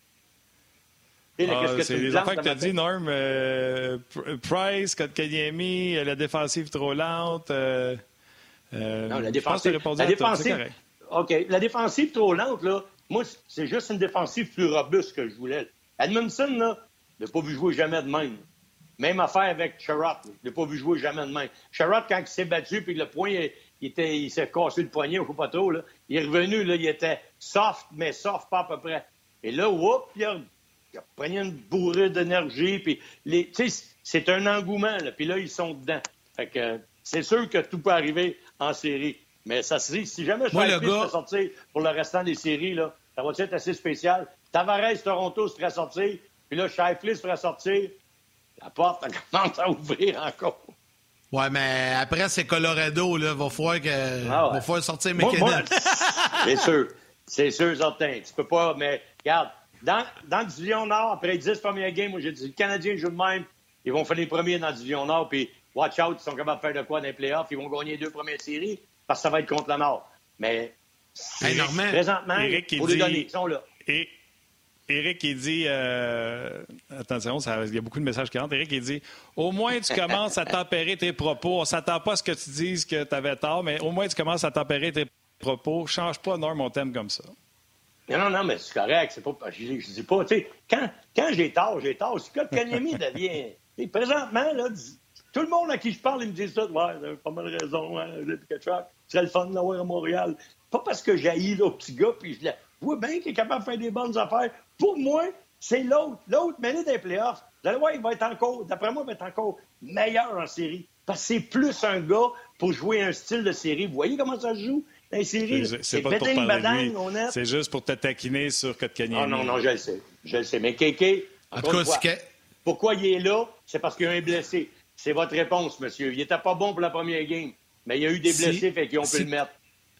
Ah, c'est les affaires que tu as dit, Norm. Euh, Price, Kotkaniemi, la défensive trop lente. Euh, euh, non, la défensive. Je la défensive OK. La défensive trop lente, là, moi, c'est juste une défensive plus robuste que je voulais. Edmondson, là, je l'ai pas vu jouer jamais de même. Même affaire avec Sherratt. Je l'ai pas vu jouer jamais de même. Sherratt, quand il s'est battu, puis le point, il, était, il s'est cassé le poignet, je ne sais pas trop, là, il est revenu, là, il était soft, mais soft pas à peu près. Et là, whoop, il a, il a pris une bourrée d'énergie, puis les, tu sais, c'est un engouement, là, puis là, ils sont dedans. Fait que c'est sûr que tout peut arriver en série. Mais ça se dit, si jamais Shifley gars... serait sorti pour le restant des séries, là, ça va être assez spécial. Tavares, Toronto se ferait sortir, puis là, Shifley se ferait sortir. La porte, elle commence à ouvrir encore. Ouais, mais après, c'est Colorado, là. Va falloir que. Ah ouais. Va falloir sortir McKinnon. C'est sûr. C'est sûr, certain. Tu peux pas, mais regarde, dans, dans la division Nord, après les dix premières games, moi, j'ai dit, le Canadien joue de même. Ils vont faire les premiers dans la division Nord, puis watch out, ils sont capables de faire de quoi dans les playoffs. Ils vont gagner les deux premières séries, parce que ça va être contre le Nord. Mais, hey, Normand, présentement, Éric, pour les dit... donner, ils sont là. Et... Éric, il dit... Euh, attention, ça, il y a beaucoup de messages qui rentrent. Éric, il dit, au moins, tu commences à tempérer tes propos. On ne s'attend pas à ce que tu dises que tu avais tort, mais au moins, tu commences à tempérer tes propos. Change pas, Norm, on t'aime comme ça. Non, non, non, mais c'est correct. C'est pas, je ne dis pas, tu sais, quand, quand j'ai tort, j'ai tort. Si Kotkaniemi devient... Présentement, là, tout le monde à qui je parle, il me dit ça. Ouais, t'as pas mal raison, hein, Kachuk. Ce serait le fun de l'avoir à Montréal. Pas parce que j'haïs le petit gars, puis je, je vois bien qu'il est capable de faire des bonnes affaires. Pour moi, c'est l'autre. L'autre, mêlé des playoffs. Vous allez voir, il va être encore, d'après moi, il va être encore meilleur en série. Parce que c'est plus un gars pour jouer un style de série. Vous voyez comment ça se joue dans les séries? C'est, c'est pas pour parler de lui. C'est juste pour te taquiner sur Kotkaniemi. Ah non, non, je le sais. Je le sais. Mais Kéké, en tout cas, fois, que... pourquoi il est là? C'est parce qu'il y a un blessé. C'est votre réponse, monsieur. Il était pas bon pour la première game. Mais il y a eu des blessés, si... fait qu'on si... peut le mettre.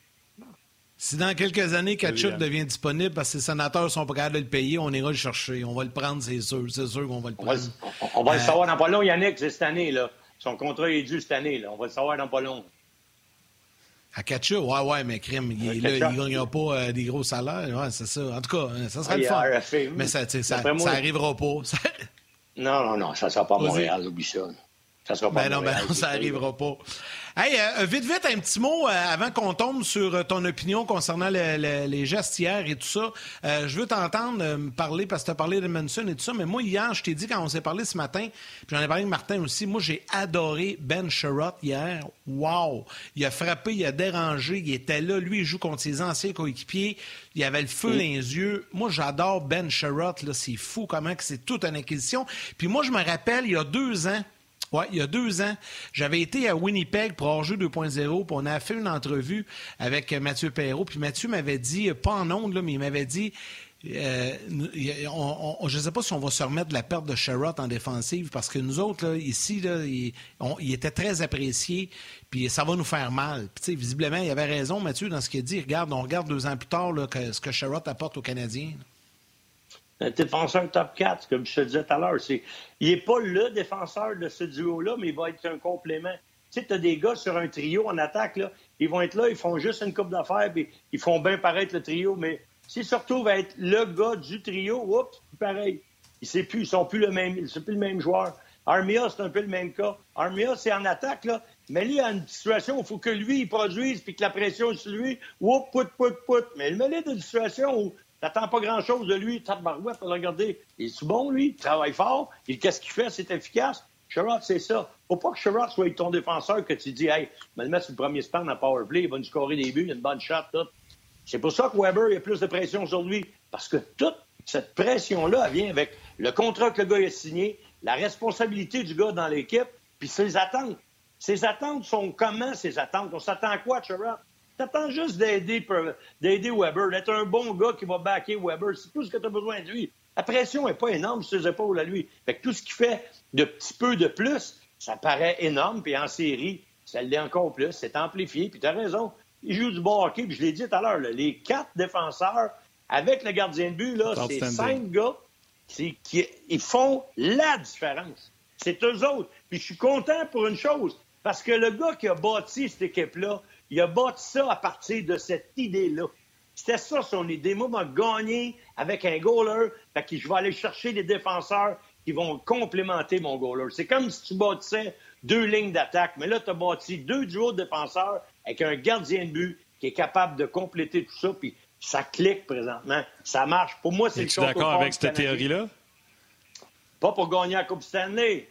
Si dans quelques années, Kachuk devient disponible parce que les sénateurs sont pas capables de le payer, on ira le chercher. On va le prendre, c'est sûr. C'est sûr qu'on va le prendre. On va, on va euh... le savoir dans pas long, Yannick, c'est cette année. Là. Son contrat est dû cette année. Là. On va le savoir dans pas long. À Kachuk, ouais, ouais, mais crime, il ne gagnera pas euh, des gros salaires. Ouais, c'est ça. En tout cas, ça serait ah, le fun. Fait, mais ça ça n'arrivera pas. Ça... Non, non, non, ça ne sera pas à Montréal, oublie ça. Ça sera pas ben non, ben non, ça n'arrivera pas. Hey, euh, vite, vite, un petit mot euh, avant qu'on tombe sur euh, ton opinion concernant le, le, les gestes hier et tout ça. Euh, je veux t'entendre euh, me parler, parce que tu as parlé de Manson et tout ça, mais moi, hier, je t'ai dit, quand on s'est parlé ce matin, puis j'en ai parlé avec Martin aussi, moi, j'ai adoré Ben Sherratt hier. Wow! Il a frappé, il a dérangé, il était là. Lui, il joue contre ses anciens coéquipiers. Il avait le feu mmh. dans les yeux. Moi, j'adore Ben Sherratt, là. C'est fou comment que c'est toute une acquisition. Puis moi, je me rappelle, il y a deux ans, Oui, il y a deux ans, j'avais été à Winnipeg pour Hors-jeu deux point zéro, puis on a fait une entrevue avec Mathieu Perreault, puis Mathieu m'avait dit, pas en ondes, là, mais il m'avait dit, euh, on, on, je ne sais pas si on va se remettre de la perte de Sherratt en défensive, parce que nous autres, là, ici, là, il, on, il était très apprécié, puis ça va nous faire mal. Puis, tu sais, visiblement, il avait raison, Mathieu, dans ce qu'il a dit. Regarde, on regarde deux ans plus tard là, que, ce que Sherratt apporte aux Canadiens. Là. Un défenseur top quatre, comme je te disais tout à l'heure. C'est... Il n'est pas le défenseur de ce duo-là, mais il va être un complément. Tu sais, tu as des gars sur un trio en attaque, là, ils vont être là, ils font juste une coupe d'affaires, puis ils font bien paraître le trio, mais s'ils se retrouvent à être le gars du trio, oups, c'est pareil. Ils ne plus, ils sont plus le même, c'est plus le même joueur. Armia, c'est un peu le même cas. Armia, c'est en attaque, là, mais lui, il a une situation où il faut que lui, il produise, puis que la pression est sur lui, oups, pout, pout, pout. Mais il me met dans une situation où t'attends pas grand-chose de lui, t'as de barouette pour le regarder. Il est bon, lui, il travaille fort, et qu'est-ce qu'il fait, c'est efficace. Sherratt, c'est ça. Faut pas que Sherratt soit ton défenseur que tu dis, hey, je vais le mettre sur le premier span en powerplay, il va nous scorer des buts, il a une bonne shot, tout. C'est pour ça que Weber, il a plus de pression sur lui. Parce que toute cette pression-là, elle vient avec le contrat que le gars a signé, la responsabilité du gars dans l'équipe, puis ses attentes. Ses attentes sont comment, ses attentes? On s'attend à quoi, Sherratt? T'attends juste d'aider, d'aider Weber, d'être un bon gars qui va backer Weber. C'est tout ce que tu as besoin de lui. La pression n'est pas énorme sur ses épaules à lui. Fait que tout ce qu'il fait de petit peu de plus, ça paraît énorme. Puis en série, ça l'est encore plus. C'est amplifié. Puis tu as raison. Il joue du bon hockey. Puis je l'ai dit tout à l'heure, là, les quatre défenseurs avec le gardien de but, là, c'est cinq gars c'est, qui ils font la différence. C'est eux autres. Puis je suis content pour une chose. Parce que le gars qui a bâti cette équipe-là, il a bâti ça à partir de cette idée-là. C'était ça son idée. Moi, m'a gagné avec un goaler, fait que je vais aller chercher des défenseurs qui vont complémenter mon goaler. C'est comme si tu bâtissais deux lignes d'attaque, mais là, tu as bâti deux duos de défenseurs avec un gardien de but qui est capable de compléter tout ça, puis ça clique présentement. Ça marche. Pour moi, c'est le château fort. Tu es d'accord avec cette théorie-là? Pas pour gagner la Coupe Stanley.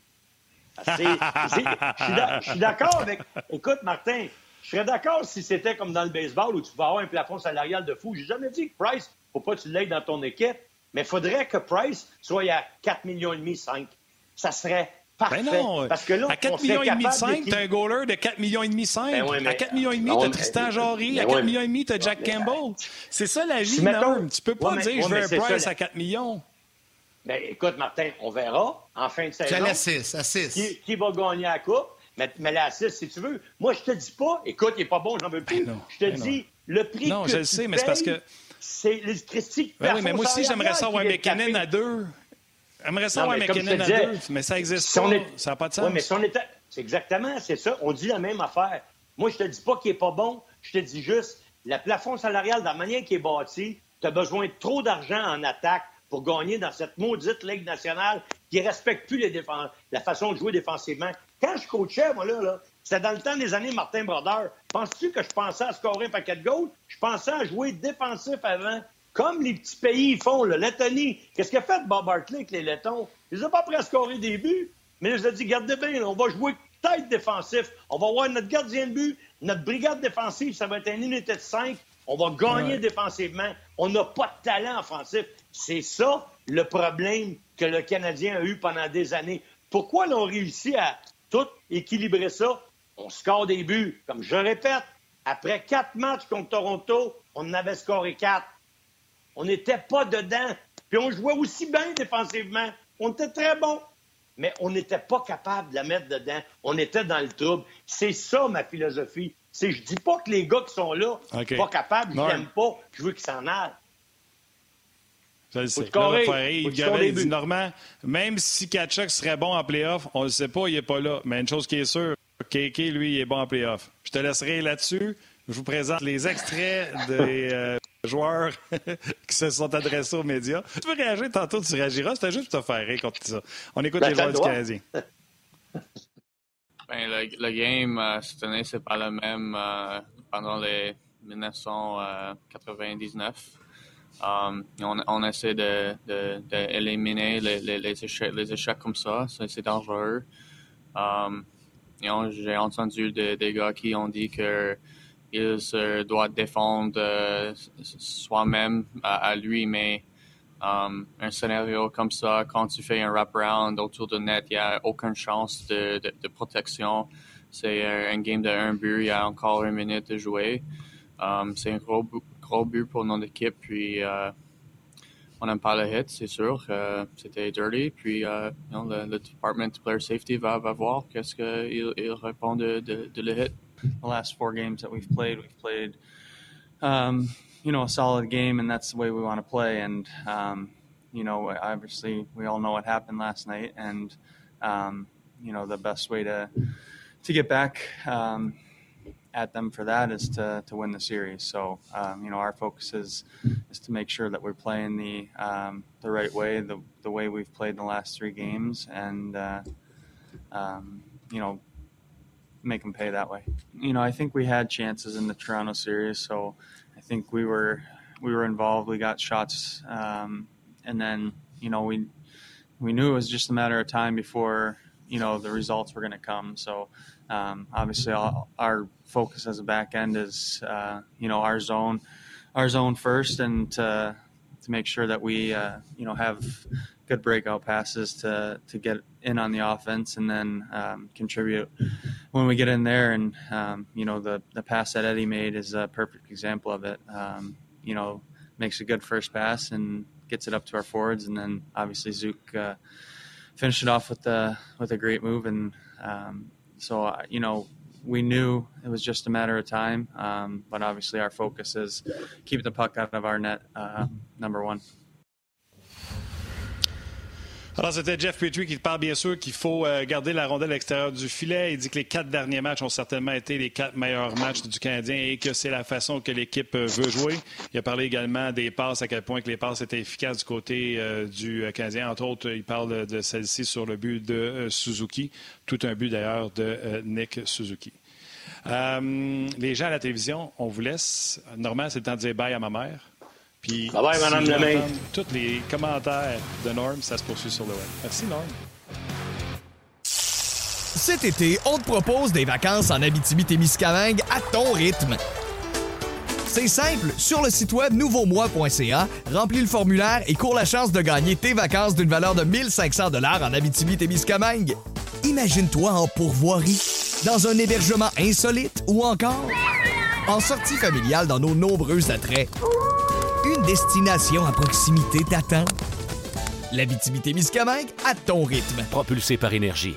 Je suis d'accord avec... Écoute, Martin, je serais d'accord si c'était comme dans le baseball où tu vas avoir un plafond salarial de fou. J'ai jamais dit que Price, faut pas que tu l'aides dans ton équipe, mais il faudrait que Price soit à quatre virgule cinq millions, cinq. Ça serait parfait. Ben non, parce que là, à quatre virgule cinq millions, cinq, t'as un goaler de quatre virgule cinq millions. Ben ouais, mais... À quatre virgule cinq millions, t'as Tristan Jarry. Ben à quatre virgule cinq millions, t'as Jack Campbell. C'est ça la vie, non? Tu peux pas ouais, dire ouais, je veux un Price ça, à quatre millions. Ben écoute, Martin, on verra en fin de saison. C'est à la six, à six. Qui, qui va gagner la Coupe? Mais, mais la six, si tu veux. Moi, je te dis pas, écoute, il est pas bon, j'en veux plus. Ben non, je te ben dis, non. le prix non, que je tu le sais, payes, mais c'est parce que... c'est le Christy. Ben oui, mais moi aussi, j'aimerais ça avoir un McKinnon à deux. J'aimerais ça avoir un McKinnon à deux, mais ça n'existe si pas. Est... Ça n'a pas de sens. Oui, mais si on était... C'est exactement, c'est ça. On dit la même affaire. Moi, je te dis pas qu'il est pas bon. Je te dis juste, le plafond salarial, de la manière qu'il est bâti, tu as besoin de trop d'argent en attaque pour gagner dans cette maudite Ligue nationale qui ne respecte plus les défense... la façon de jouer défensivement. Quand je coachais, moi, là, là c'était dans le temps des années Martin Brodeur. Penses-tu que je pensais à scorer un paquet de goals? Je pensais à jouer défensif avant, comme les petits pays font. La Lettonie, qu'est-ce qu'a fait Bob Hartley avec les Lettons? Ils n'ont pas prêt à scorer des buts, mais ils ont dit, gardez bien, on va jouer tête défensif. On va avoir notre gardien de but, notre brigade défensive, ça va être une unité de cinq. On va gagner ouais. défensivement. On n'a pas de talent offensif. C'est ça le problème que le Canadien a eu pendant des années. Pourquoi l'on réussit à tout équilibrer ça? On score des buts. Comme je répète, après quatre matchs contre Toronto, on en avait scoré quatre. On n'était pas dedans. Puis on jouait aussi bien défensivement. On était très bon. Mais on n'était pas capable de la mettre dedans. On était dans le trouble. C'est ça, ma philosophie. C'est, je dis pas que les gars qui sont là ne okay. sont pas capables, je l'aime pas, je veux qu'ils s'en aillent. Je le sais. Là, pareil, Yves Gravel dit Normand, même si Tkachuk serait bon en play-off, on ne le sait pas, il n'est pas là. Mais une chose qui est sûre, K K, lui, il est bon en play-off. Je te laisserai là-dessus. Je vous présente les extraits des euh, joueurs qui se sont adressés aux médias. Tu peux réagir tantôt, tu réagiras. C'était juste pour te faire rire contre ça. On écoute ben, les joueurs du Canadien. Ben, le, le game, euh, cette année, c'est pas le même euh, pendant les dix-neuf cent quatre-vingt-dix-neuf. Um, on, on essaie de, de, de éliminer les, les, les, échecs, les échecs comme ça. C'est, c'est dangereux. Um, et on, j'ai entendu des, des gars qui ont dit qu'ils euh, doivent défendre euh, soi-même à, à lui, mais Um, un scénario comme ça, quand tu fais un wrap-around autour de net, il n'y a aucune chance de, de, de protection. C'est un game de un but, il y a encore une minute de jouer. Um, c'est un gros, gros but pour notre équipe, puis uh, on n'aime pas le hit, c'est sûr. Uh, c'était dirty, puis uh, you know, le, le Department of Player Safety va, va voir qu'est-ce qu'il il répond de, de, de le hit. The last four games that we've played, we've played... Um, you know, a solid game, and that's the way we want to play. And, um, you know, obviously we all know what happened last night, and, um, you know, the best way to to get back um, at them for that is to, to win the series. So, um, you know, our focus is is to make sure that we're playing the um, the right way, the the way we've played in the last three games, and, uh, um, you know, make them pay that way. You know, I think we had chances in the Toronto series, so I think we were we were involved. We got shots, um, and then you know we we knew it was just a matter of time before you know the results were going to come. So um, obviously, all, our focus as a back end is uh, you know our zone, our zone first, and to to make sure that we uh, you know have good breakout passes to to get in on the offense, and then um, contribute when we get in there. And um, you know the the pass that Eddie made is a perfect example of it. Um, you know, makes a good first pass and gets it up to our forwards, and then obviously Zook uh, finished it off with the with a great move. And um, so uh, you know we knew it was just a matter of time, um, but obviously our focus is keep the puck out of our net, uh, number one. Alors, c'était Jeff Petrie qui parle bien sûr qu'il faut euh, garder la rondelle à l'extérieur du filet. Il dit que les quatre derniers matchs ont certainement été les quatre meilleurs matchs du Canadien et que c'est la façon que l'équipe veut jouer. Il a parlé également des passes, à quel point que les passes étaient efficaces du côté euh, du Canadien. Entre autres, il parle de celle-ci sur le but de euh, Suzuki. Tout un but d'ailleurs de euh, Nick Suzuki. Euh, les gens à la télévision, on vous laisse. Normand, c'est le temps de dire bye à ma mère. Puis, bye bye, Madame si Lemay. Tous les commentaires de Norm, ça se poursuit sur le web. Merci, Norm. Cet été, on te propose des vacances en Abitibi-Témiscamingue à ton rythme. C'est simple, sur le site web nouveau moi point c a, remplis le formulaire et cours la chance de gagner tes vacances d'une valeur de mille cinq cents dollars en Abitibi-Témiscamingue. Imagine-toi en pourvoirie, dans un hébergement insolite ou encore en sortie familiale dans nos nombreux attraits. Une destination à proximité t'attend. L'Abitibi-Témiscamingue à ton rythme. Propulsé par Énergie.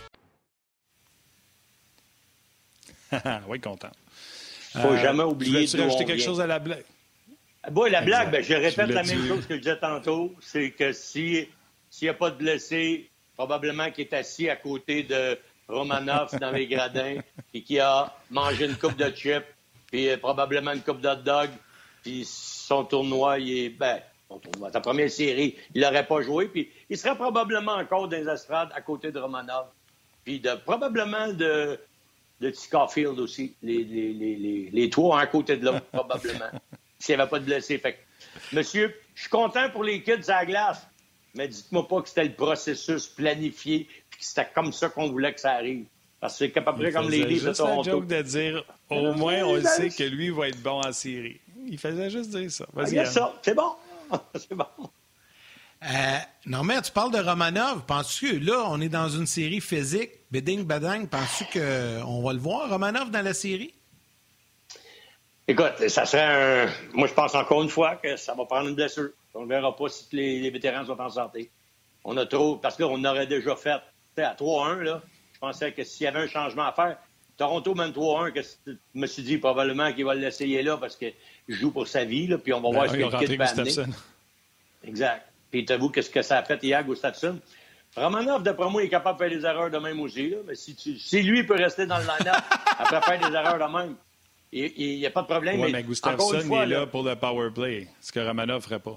Oui, content. Il ne faut euh, jamais oublier tu veux rajouter quelque vient. chose à la blague? Oui, la blague, ben, je répète la dit... même chose que je disais tantôt, c'est que si s'il n'y a pas de blessé, probablement qu'il est assis à côté de Romanov dans les gradins et qui a mangé une coupe de chips, puis euh, probablement une coupe d'hot dog, puis son tournoi, il est, ben, son tournoi, sa première série, il n'aurait pas joué, puis il serait probablement encore dans les estrades à côté de Romanov, puis de, probablement de, de T. Caulfield aussi, les, les, les, les, les trois à côté de l'autre, probablement, s'il n'y avait pas de blessé. Fait que, monsieur, je suis content pour les kids à la glace, mais dites-moi pas que c'était le processus planifié, puis que c'était comme ça qu'on voulait que ça arrive. Parce que c'est à peu près comme les livres de Toronto. C'est juste la joke de dire, au moins, on le sait que lui va être bon en série. Il faisait juste dire ça. Vas-y, ah, ça, c'est bon. c'est bon. Euh, non, mais tu parles de Romanov. Penses-tu que là, on est dans une série physique, beding badang, penses-tu qu'on va le voir, Romanov, dans la série? Écoute, ça serait un... Moi, je pense encore une fois que ça va prendre une blessure. On ne verra pas si les, les vétérans sont en santé. On a trop... Parce que là, on aurait déjà fait, à trois un, là, je pensais que s'il y avait un changement à faire, Toronto mène trois un, que je me suis dit probablement qu'il va l'essayer là parce qu'il joue pour sa vie, là, puis on va ben voir oui, ce que le kid peut amener. Exact. Puis t'avoue qu'est-ce que ça a fait hier, Gustafsson. Romanov, d'après moi, il est capable de faire des erreurs de même aussi. Là. Mais si, tu... si lui peut rester dans le line-up après faire des erreurs de même, il n'y a pas de problème. Oui, mais, mais Gustafsson fois, est là, là pour le power play, ce que Romanov ne ferait pas.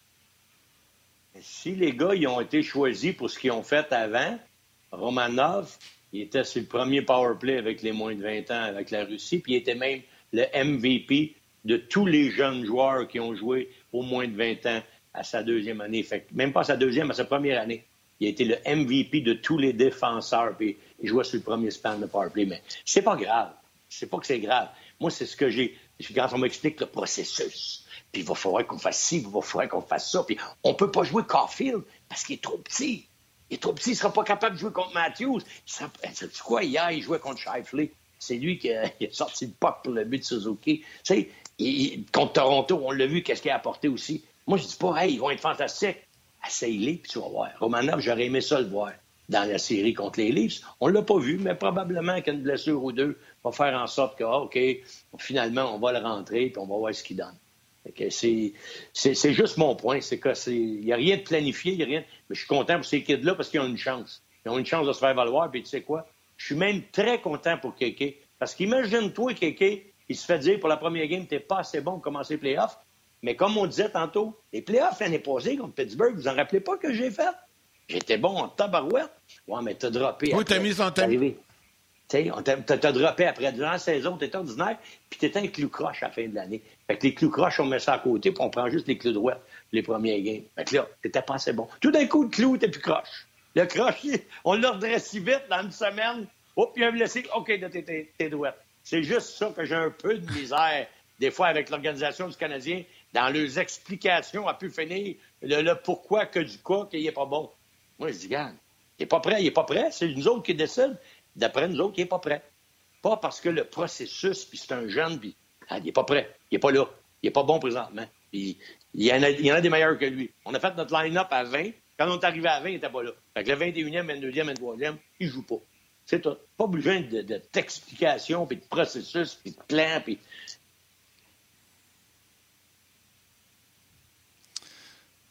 Si les gars ils ont été choisis pour ce qu'ils ont fait avant, Romanov, il était sur le premier power play avec les moins de vingt ans avec la Russie, puis il était même le M V P de tous les jeunes joueurs qui ont joué au moins de vingt ans à sa deuxième année. Fait que même pas à sa deuxième, à sa première année. Il a été le M V P de tous les défenseurs, puis il jouait sur le premier span de power play. Mais c'est pas grave. C'est pas que c'est grave. Moi, c'est ce que j'ai... Quand on m'explique le processus, puis il va falloir qu'on fasse ci, il va falloir qu'on fasse ça, puis on peut pas jouer Caulfield parce qu'il est trop petit. Il est trop petit, il ne sera pas capable de jouer contre Matthews. C'est quoi, hier, il jouait contre Shifley. C'est lui qui a, qui a sorti le puck pour le but de Suzuki. Tu sais, il, contre Toronto, on l'a vu, qu'est-ce qu'il a apporté aussi. Moi, je dis pas, hey, ils vont être fantastiques. Essaye-les, puis tu vas voir. Romanov, j'aurais aimé ça le voir dans la série contre les Leafs. On ne l'a pas vu, mais probablement qu'une blessure ou deux va faire en sorte que, ah, OK, finalement, on va le rentrer, puis on va voir ce qu'il donne. C'est, c'est, c'est juste mon point. C'est que c'est. Il n'y a rien de planifié, il n'y a rien. Mais je suis content pour ces kids-là parce qu'ils ont une chance. Ils ont une chance de se faire valoir. Puis tu sais quoi? Je suis même très content pour Kéké. Parce qu'imagine-toi, Kéké, il se fait dire pour la première game, t'es pas assez bon pour commencer les playoffs. Mais comme on disait tantôt, les playoffs l'année passée contre Pittsburgh, vous en rappelez pas que j'ai fait? J'étais bon en tabarouette. Ouais, mais t'as droppé. Oui, t'as mis son temps. Tu sais, t'as, t'as droppé après durant la saison, t'étais ordinaire, puis t'étais un clou croche à la fin de l'année. Fait que les clous croches, on met ça à côté, puis on prend juste les clous droits les premiers games. Fait que là, t'étais pas assez bon. Tout d'un coup, le clou était plus croche. Le croche, on l'a redressé si vite dans une semaine. Oh, puis un blessé, OK, t'es, t'es, t'es droite. C'est juste ça que j'ai un peu de misère, des fois, avec l'Organisation du Canadien, dans leurs explications à pu finir, le, le pourquoi que du cas qu'il est pas bon. Moi, je dis, regarde, il est pas prêt, il est pas prêt, c'est nous autres qui décident. D'après nous autres, il n'est pas prêt. Pas parce que le processus, puis c'est un jeune, puis ah, il n'est pas prêt. Il n'est pas là. Il n'est pas bon présentement. Puis il y, en a, il y en a des meilleurs que lui. On a fait notre line-up à vingt. Quand on est arrivé à vingt, il n'était pas là. Fait que le vingt et unième, vingt-deuxième, vingt-troisième, il ne joue pas. C'est tout. Pas besoin de, de d'explication, puis de processus, puis de plan, puis...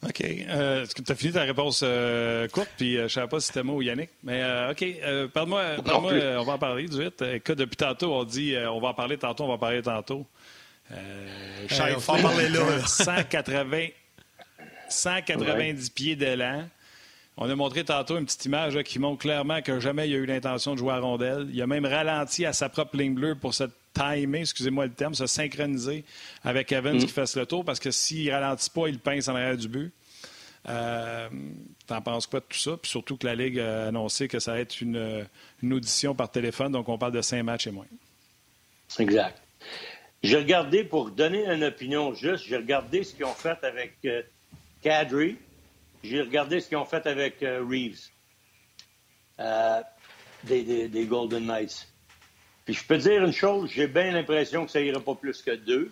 OK. Euh, est-ce que tu as fini ta réponse euh, courte? Puis euh, je ne savais pas si c'était moi ou Yannick. Mais euh, OK. Euh, parle-moi. parle-moi euh, on va en parler du huit. Écoute, depuis tantôt, on dit euh, on va en parler tantôt, on va en parler tantôt. Euh, hey, on va en parler là. cent quatre-vingts, cent quatre-vingt-dix ouais. pieds d'élan. On a montré tantôt une petite image là, qui montre clairement que jamais il a eu l'intention de jouer à rondelle. Il a même ralenti à sa propre ligne bleue pour se timer, excusez-moi le terme, se synchroniser avec Evans mm. qui fasse le tour, parce que s'il ne ralentit pas, il pince en arrière du but. Euh, T'en penses quoi de tout ça? Puis surtout que la Ligue a annoncé que ça va être une, une audition par téléphone, donc on parle de cinq matchs et moins. Exact. J'ai regardé, pour donner une opinion juste, j'ai regardé ce qu'ils ont fait avec euh, Kadri. J'ai regardé ce qu'ils ont fait avec euh, Reeves, euh, des, des, des Golden Knights. Puis je peux te dire une chose, j'ai bien l'impression que ça irait pas plus que deux.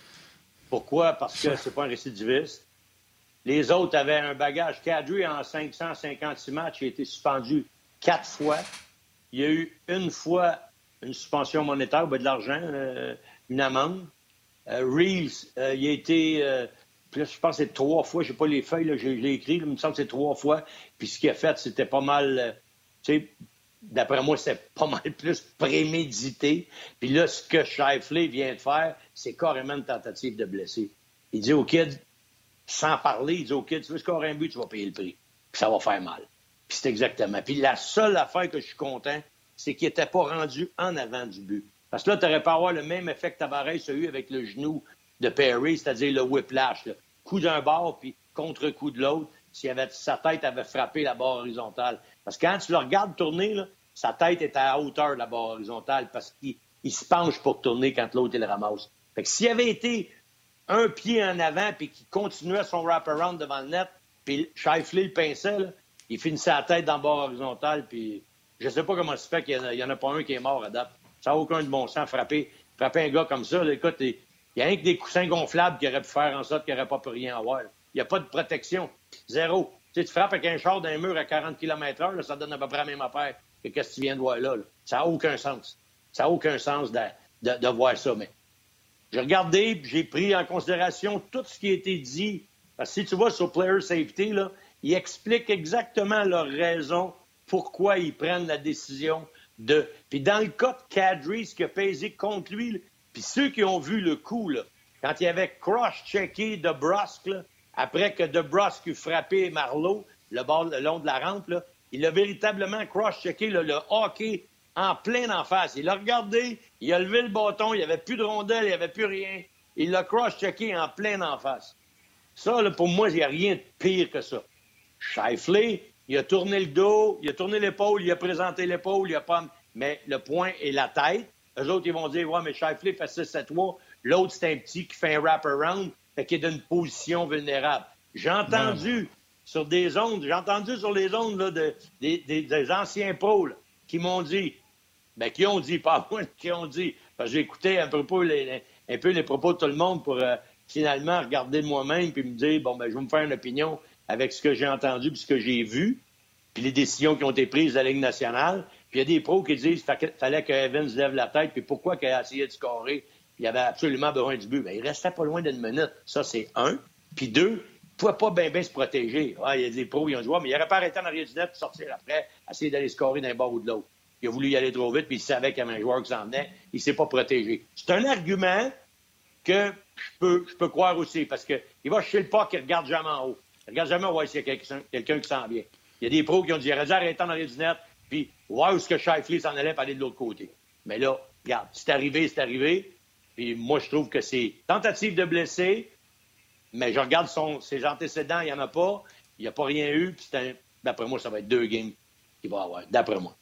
Pourquoi? Parce que c'est pas un récidiviste. Les autres avaient un bagage. Kadri, en cinq cent cinquante-six matchs, il a été suspendu quatre fois. Il y a eu une fois une suspension monétaire, ben de l'argent, euh, une amende. Euh, Reeves, euh, il a été... Euh, Puis là, je pense que c'est trois fois, je n'ai pas les feuilles, là, je, je l'ai écrit, là, il me semble que c'est trois fois. Puis ce qu'il a fait, c'était pas mal, euh, tu sais, d'après moi, c'est pas mal plus prémédité. Puis là, ce que Scheifele vient de faire, c'est carrément une tentative de blesser. Il dit au kid, sans parler, il dit au kid, tu veux scorer un but, tu vas payer le prix. Puis ça va faire mal. Puis c'est exactement. Puis la seule affaire que je suis content, c'est qu'il n'était pas rendu en avant du but. Parce que là, tu n'aurais pas avoir le même effet que Tavares a eu avec le genou de Perry, c'est-à-dire le whiplash, là. Coup d'un bord, puis contre-coup de l'autre, s'il avait, sa tête avait frappé la barre horizontale. Parce que quand tu le regardes tourner, là, sa tête est à la hauteur de la barre horizontale parce qu'il il se penche pour tourner quand l'autre, il le ramasse. Fait que s'il avait été un pied en avant puis qu'il continuait son wrap-around devant le net, puis Scheifele le pinçait, là, il finissait la tête dans la barre horizontale, puis je sais pas comment ça se fait qu'il n'y en, en a pas un qui est mort à date. Ça n'a aucun de bon sens, frapper, frapper un gars comme ça. Là, écoute, il y a rien que des coussins gonflables qui auraient pu faire en sorte qu'il n'aurait pas pu rien avoir. Il n'y a pas de protection. Zéro. Tu sais, tu frappes avec un char d'un mur à quarante kilomètres heure, là, ça donne à peu près la même affaire que qu'est-ce que tu viens de voir là. là. Ça n'a aucun sens. Ça n'a aucun sens de, de, de voir ça. Mais j'ai regardé, j'ai pris en considération tout ce qui a été dit. Parce que si tu vois sur Player Safety, là, ils expliquent exactement leur raison pourquoi ils prennent la décision de... Puis dans le cas de Kadri, ce qui a pesé contre lui, là, puis ceux qui ont vu le coup, là, quand il avait cross-checké DeBrusk, là, après que DeBrusk eut frappé Marleau, le bord le long de la rampe, là, il a véritablement cross-checké là, le hockey en plein en face. Il l'a regardé, il a levé le bâton, il n'y avait plus de rondelle, il n'y avait plus rien. Il l'a cross-checké en plein en face. Ça, là, pour moi, il n'y a rien de pire que ça. Scheifele, il a tourné le dos, il a tourné l'épaule, il a présenté l'épaule, il a pas... Mais le point est la tête. Eux autres, ils vont dire, ouais, mais Scheifele fait six sept trois. L'autre, c'est un petit qui fait un wrap-around, fait qu'il est d'une position vulnérable. J'ai entendu non. sur des ondes, j'ai entendu sur les ondes là, de, des, des, des anciens pros là, qui m'ont dit, ben qui ont dit, pas moi, qui ont dit, parce que j'ai écouté un, propos, les, un peu les propos de tout le monde pour euh, finalement regarder moi-même puis me dire, bon, ben je vais me faire une opinion avec ce que j'ai entendu puis ce que j'ai vu, puis les décisions qui ont été prises de la Ligue nationale. Puis il y a des pros qui disent qu'il fallait que Evans lève la tête, puis pourquoi qu'il a essayé de scorer, il avait absolument besoin du but. Bien, il restait pas loin d'une minute. Ça, c'est un. Puis deux, il ne pouvait pas bien bien se protéger. Ah, il y a des pros, ils ont dit, ouais, mais il n'aurait pas arrêté en arrière du net pour sortir après, essayer d'aller scorer d'un bord ou de l'autre. Il a voulu y aller trop vite, puis il savait qu'il y avait un joueur qui s'en venait. Il ne s'est pas protégé. C'est un argument que je peux, je peux croire aussi, parce qu'il va chez le puck, il ne regarde jamais en haut. Il ne regarde jamais voir s'il y a quelqu'un, quelqu'un qui s'en vient. Il y a des pros qui ont dit, il aurait dû arrêter en arrière du net, puis voir où est-ce que Scheifele s'en allait pour aller de l'autre côté. Mais là, regarde, c'est arrivé, c'est arrivé. Puis moi, je trouve que c'est tentative de blesser, mais je regarde son, ses antécédents, il n'y en a pas. Il n'y a pas rien eu. Puis c'est un, d'après moi, ça va être deux games qu'il va avoir. D'après moi.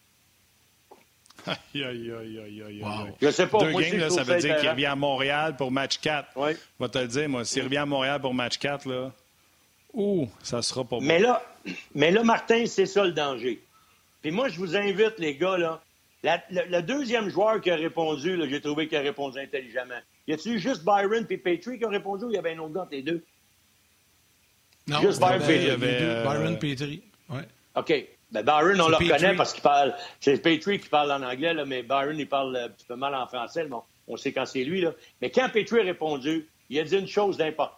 Aïe, aïe, aïe, aïe, aïe. Wow. Je sais pas. Deux moi, games, là, ça veut dire qu'il revient à Montréal pour match quatre. Oui. Je vais te le dire, moi. S'il revient à Montréal pour match quatre, là, ouh, ça sera pas bon. Mais là, mais là, Martin, c'est ça le danger. Puis moi, je vous invite, les gars, là. La, le, le deuxième joueur qui a répondu, là, j'ai trouvé qu'il a répondu intelligemment. Y a-t-il juste Byron et Petrie qui ont répondu ou il y avait un autre gars entre les deux? Non, juste Byron Petrie. Il y avait euh... Byron Petrie. Ouais. OK. Ben Byron, on c'est le Petrie. reconnaît parce qu'il parle. C'est Petrie qui parle en anglais, là, mais Byron, il parle un petit peu mal en français. Bon, on sait quand c'est lui. Là. Mais quand Petrie a répondu, il a dit une chose d'important.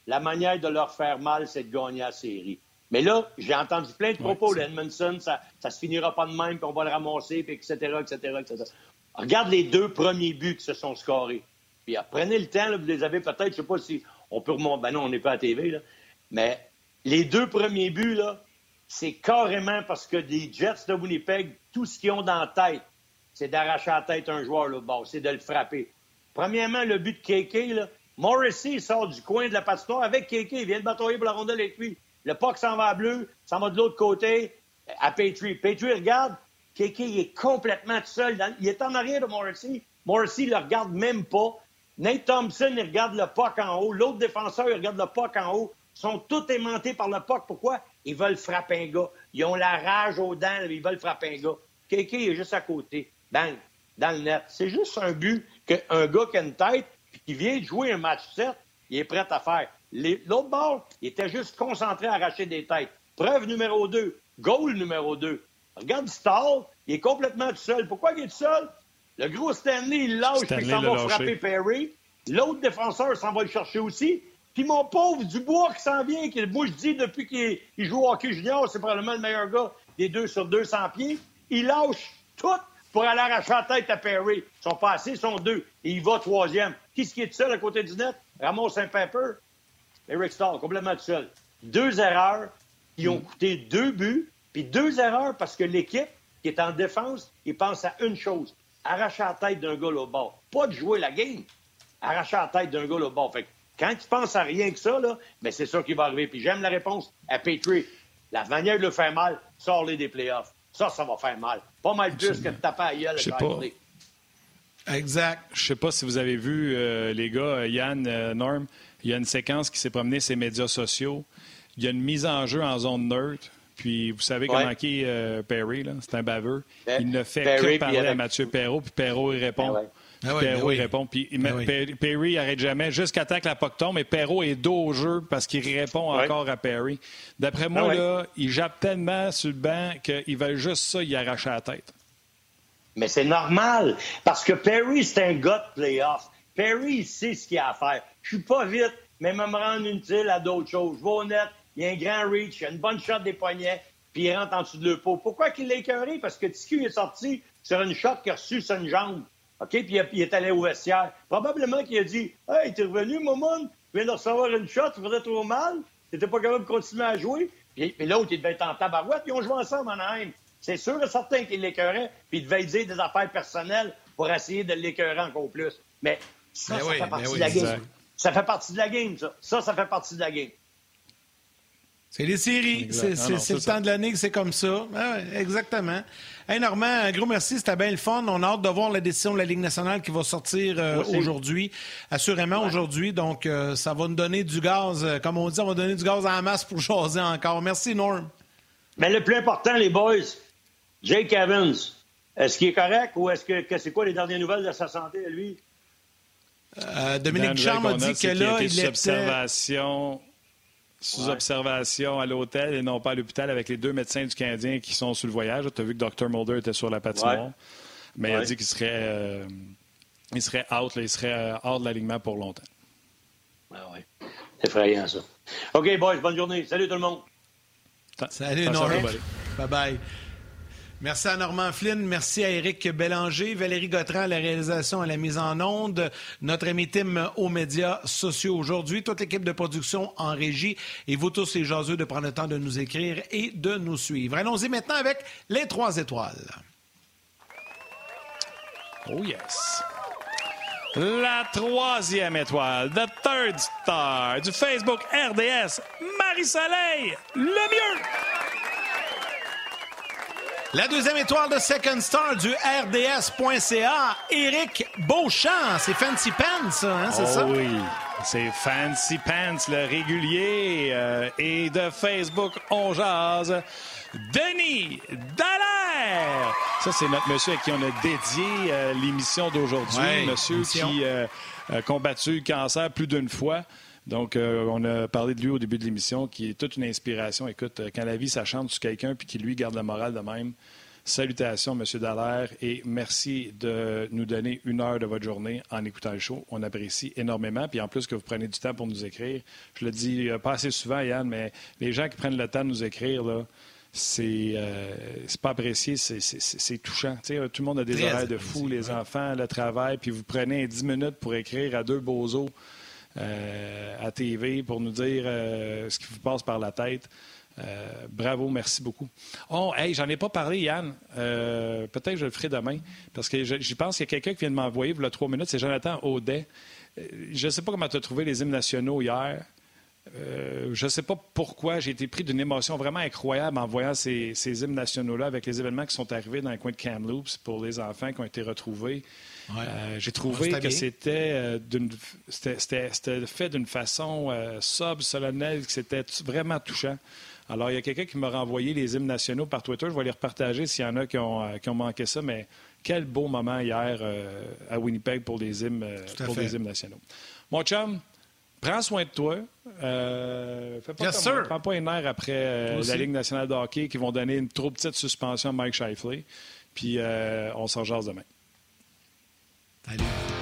la manière de leur faire mal, c'est de gagner la série. Mais là, j'ai entendu plein de propos. Ouais, Edmondson, ça ne se finira pas de même, puis on va le ramasser, puis et cetera, et cetera, et cetera. Regarde les deux premiers buts qui se sont scorés. Puis prenez le temps, là, vous les avez peut-être, je ne sais pas si on peut remonter. Ben non, on n'est pas à la T V, là. Mais les deux premiers buts, là, c'est carrément parce que des Jets de Winnipeg, tout ce qu'ils ont dans la tête, c'est d'arracher la tête à un joueur là bas, c'est de le frapper. Premièrement, le but de K K, là, Morrissey sort du coin de la patinoire avec K K, il vient de batailler pour la rondelle avec lui. Le puck s'en va à bleu, s'en va de l'autre côté à Petrie. Petrie regarde, K K il est complètement tout seul. Dans... Il est en arrière de Morrissey. Morrissey ne le regarde même pas. Nate Thompson, il regarde le puck en haut. L'autre défenseur, il regarde le puck en haut. Ils sont tous aimantés par le puck. Pourquoi? Ils veulent frapper un gars. Ils ont la rage aux dents, ils veulent frapper un gars. K K est juste à côté. Bang! Dans le net. C'est juste un but qu'un gars qui a une tête et qui vient de jouer un match sept, il est prêt à faire. Les... L'autre bord, il était juste concentré à arracher des têtes. Preuve numéro deux. Goal numéro deux. Regarde Stahl, il est complètement tout seul. Pourquoi il est tout seul? Le gros Stanley, il lâche et il s'en va frapper Perry. L'autre défenseur s'en va le chercher aussi. Puis mon pauvre Dubois qui s'en vient, qui, moi je dis depuis qu'il il joue au hockey junior, c'est probablement le meilleur gars des deux sur deux cents pieds. Il lâche tout pour aller arracher la tête à Perry. Ils sont passés, ils sont deux. Et il va troisième. Qui est-ce qui est tout seul à côté du net? Ramos Saint-Pepper. Eric Stahl, complètement tout seul. Deux erreurs qui ont coûté deux buts, puis deux erreurs parce que l'équipe qui est en défense, il pense à une chose, arracher la tête d'un gars là au bord. Pas de jouer la game, arracher la tête d'un gars là au bord. Fait que quand tu penses à rien que ça, là, ben c'est ça qui va arriver. Puis j'aime la réponse à Petrie. La manière de le faire mal, sors-les des playoffs. Ça, ça va faire mal. Pas mal plus que de taper à gueule. Je sais pas. Exact. Je sais pas si vous avez vu, euh, les gars, Yann, euh, Norm, il y a une séquence qui s'est promenée sur les médias sociaux. Il y a une mise en jeu en zone neutre. Puis vous savez ouais. comment qui est euh, Perry, là? C'est un baveux. Ben, il ne fait Perry, que parler avec... à Mathieu Perreault, puis Perreault, il répond. Ben ouais. Ah oui, Perreault, ben oui. il répond. Puis ben oui. Perry n'arrête jamais jusqu'à temps que la puck tombe, mais Perreault est dos au jeu parce qu'il répond ouais. encore à Perry. D'après moi, ah là, ouais. il jappe tellement sur le banc qu'il va juste ça, il arrache la tête. Mais c'est normal, parce que Perry, c'est un gars de playoff. Perry, il sait ce qu'il a à faire. Je suis pas vite, mais me rendre utile à d'autres choses. Je vais au net, il y a un grand reach, il y a une bonne shot des poignets, puis il rentre en dessous de le pot. Pourquoi qu'il l'a écœuré? Parce que T Q est sorti sur une shot qu'il a reçue sur une jambe. OK? Puis il, a, il est allé au vestiaire. Probablement qu'il a dit « Hey, t'es revenu, Momon? Tu viens de recevoir une shot, tu faisais trop mal? T'étais pas capable de continuer à jouer? » Puis, puis l'autre, il devait être en tabarouette. Ils ont joué ensemble en Anaheim. C'est sûr et certain qu'il l'écœurait, puis il devait dire des affaires personnelles pour essayer de l'écœurer encore plus. Mais ça, mais ça oui, fait partie oui, de la game. Exact. Ça fait partie de la game, ça. Ça, ça fait partie de la game. C'est les séries. Exact. C'est, c'est, ah non, c'est, c'est le ça. temps de l'année que c'est comme ça. Ah ouais, exactement. Hey Normand, un gros merci. C'était bien le fun. On a hâte de voir la décision de la Ligue nationale qui va sortir euh, aujourd'hui. Assurément ouais. aujourd'hui. Donc, euh, ça va nous donner du gaz. Euh, comme on dit, on va donner du gaz en masse pour jaser encore. Merci, Norm. Mais le plus important, les boys, Jake Evans, est-ce qu'il est correct ou est-ce que, que c'est quoi les dernières nouvelles de sa santé à lui? Euh, Dominique Charme a dit que là, il était... Observation... Sous ouais. observation à l'hôtel et non pas à l'hôpital avec les deux médecins du Canadien qui sont sur le voyage. Tu as vu que docteur Mulder était sur la patinoire. Ouais. Mais ouais. il a dit qu'il serait, euh, il serait out, là, il serait euh, hors de l'alignement pour longtemps. Ah oui. C'est effrayant, ça. OK, boys, bonne journée. Salut tout le monde. Salut, Norm. Bye-bye. Merci à Normand Flynn, merci à Éric Bélanger, Valérie Gautran à la réalisation, à la mise en onde, notre ami Tim aux médias sociaux aujourd'hui, toute l'équipe de production en régie et vous tous les jaseux de prendre le temps de nous écrire et de nous suivre. Allons-y maintenant avec les trois étoiles. Oh yes! La troisième étoile, the third star du Facebook R D S, Marie-Soleil, le mieux! La deuxième étoile de Second Star du R D S point C A, Éric Beauchamp. C'est Fancy Pants, ça, hein, c'est oh ça? Oui, c'est Fancy Pants, le régulier. Euh, et de Facebook, on jase. Denis Dallaire. Ça, c'est notre monsieur à qui on a dédié euh, l'émission d'aujourd'hui. Ouais, monsieur émission. qui euh, a combattu le cancer plus d'une fois. Donc, euh, on a parlé de lui au début de l'émission, qui est toute une inspiration. Écoute, quand la vie s'acharne sur quelqu'un puis qui, lui, garde le moral de même, Salutations, M. Dallaire, et merci de nous donner une heure de votre journée en écoutant le show. On apprécie énormément. Puis en plus que vous prenez du temps pour nous écrire. Je le dis pas assez souvent, Yann, mais les gens qui prennent le temps de nous écrire, là, c'est, euh, c'est pas apprécié, c'est, c'est, c'est, c'est touchant. T'sais, tout le monde a des Très horaires de fou, les ouais. enfants, le travail, puis vous prenez dix minutes pour écrire à deux bozos euh, à T V pour nous dire euh, ce qui vous passe par la tête. Euh, bravo, merci beaucoup. Oh, hey, j'en ai pas parlé, Yann. Euh, peut-être que je le ferai demain. Parce que j'y pense qu'il y a quelqu'un qui vient de m'envoyer pour le trois minutes. C'est Jonathan Audet. Euh, je ne sais pas comment tu as trouvé les hymnes nationaux hier. Euh, je ne sais pas pourquoi. J'ai été pris d'une émotion vraiment incroyable en voyant ces, ces hymnes nationaux-là avec les événements qui sont arrivés dans le coin de Kamloops pour les enfants qui ont été retrouvés. Ouais. Euh, j'ai trouvé ouais, que c'était, euh, d'une, c'était, c'était, c'était fait d'une façon euh, sobre, solennelle, que c'était vraiment touchant. Alors, il y a quelqu'un qui m'a renvoyé les hymnes nationaux par Twitter. Je vais les repartager s'il y en a qui ont, euh, qui ont manqué ça. Mais quel beau moment hier euh, à Winnipeg pour les hymnes, euh, pour les hymnes nationaux. Mon chum, prends soin de toi. Euh, fais pas yes, comme moi. Prends pas une heure après euh, la Ligue nationale de hockey qui vont donner une trop petite suspension à Mike Scheifele. Puis, euh, on s'en jase demain. Salut.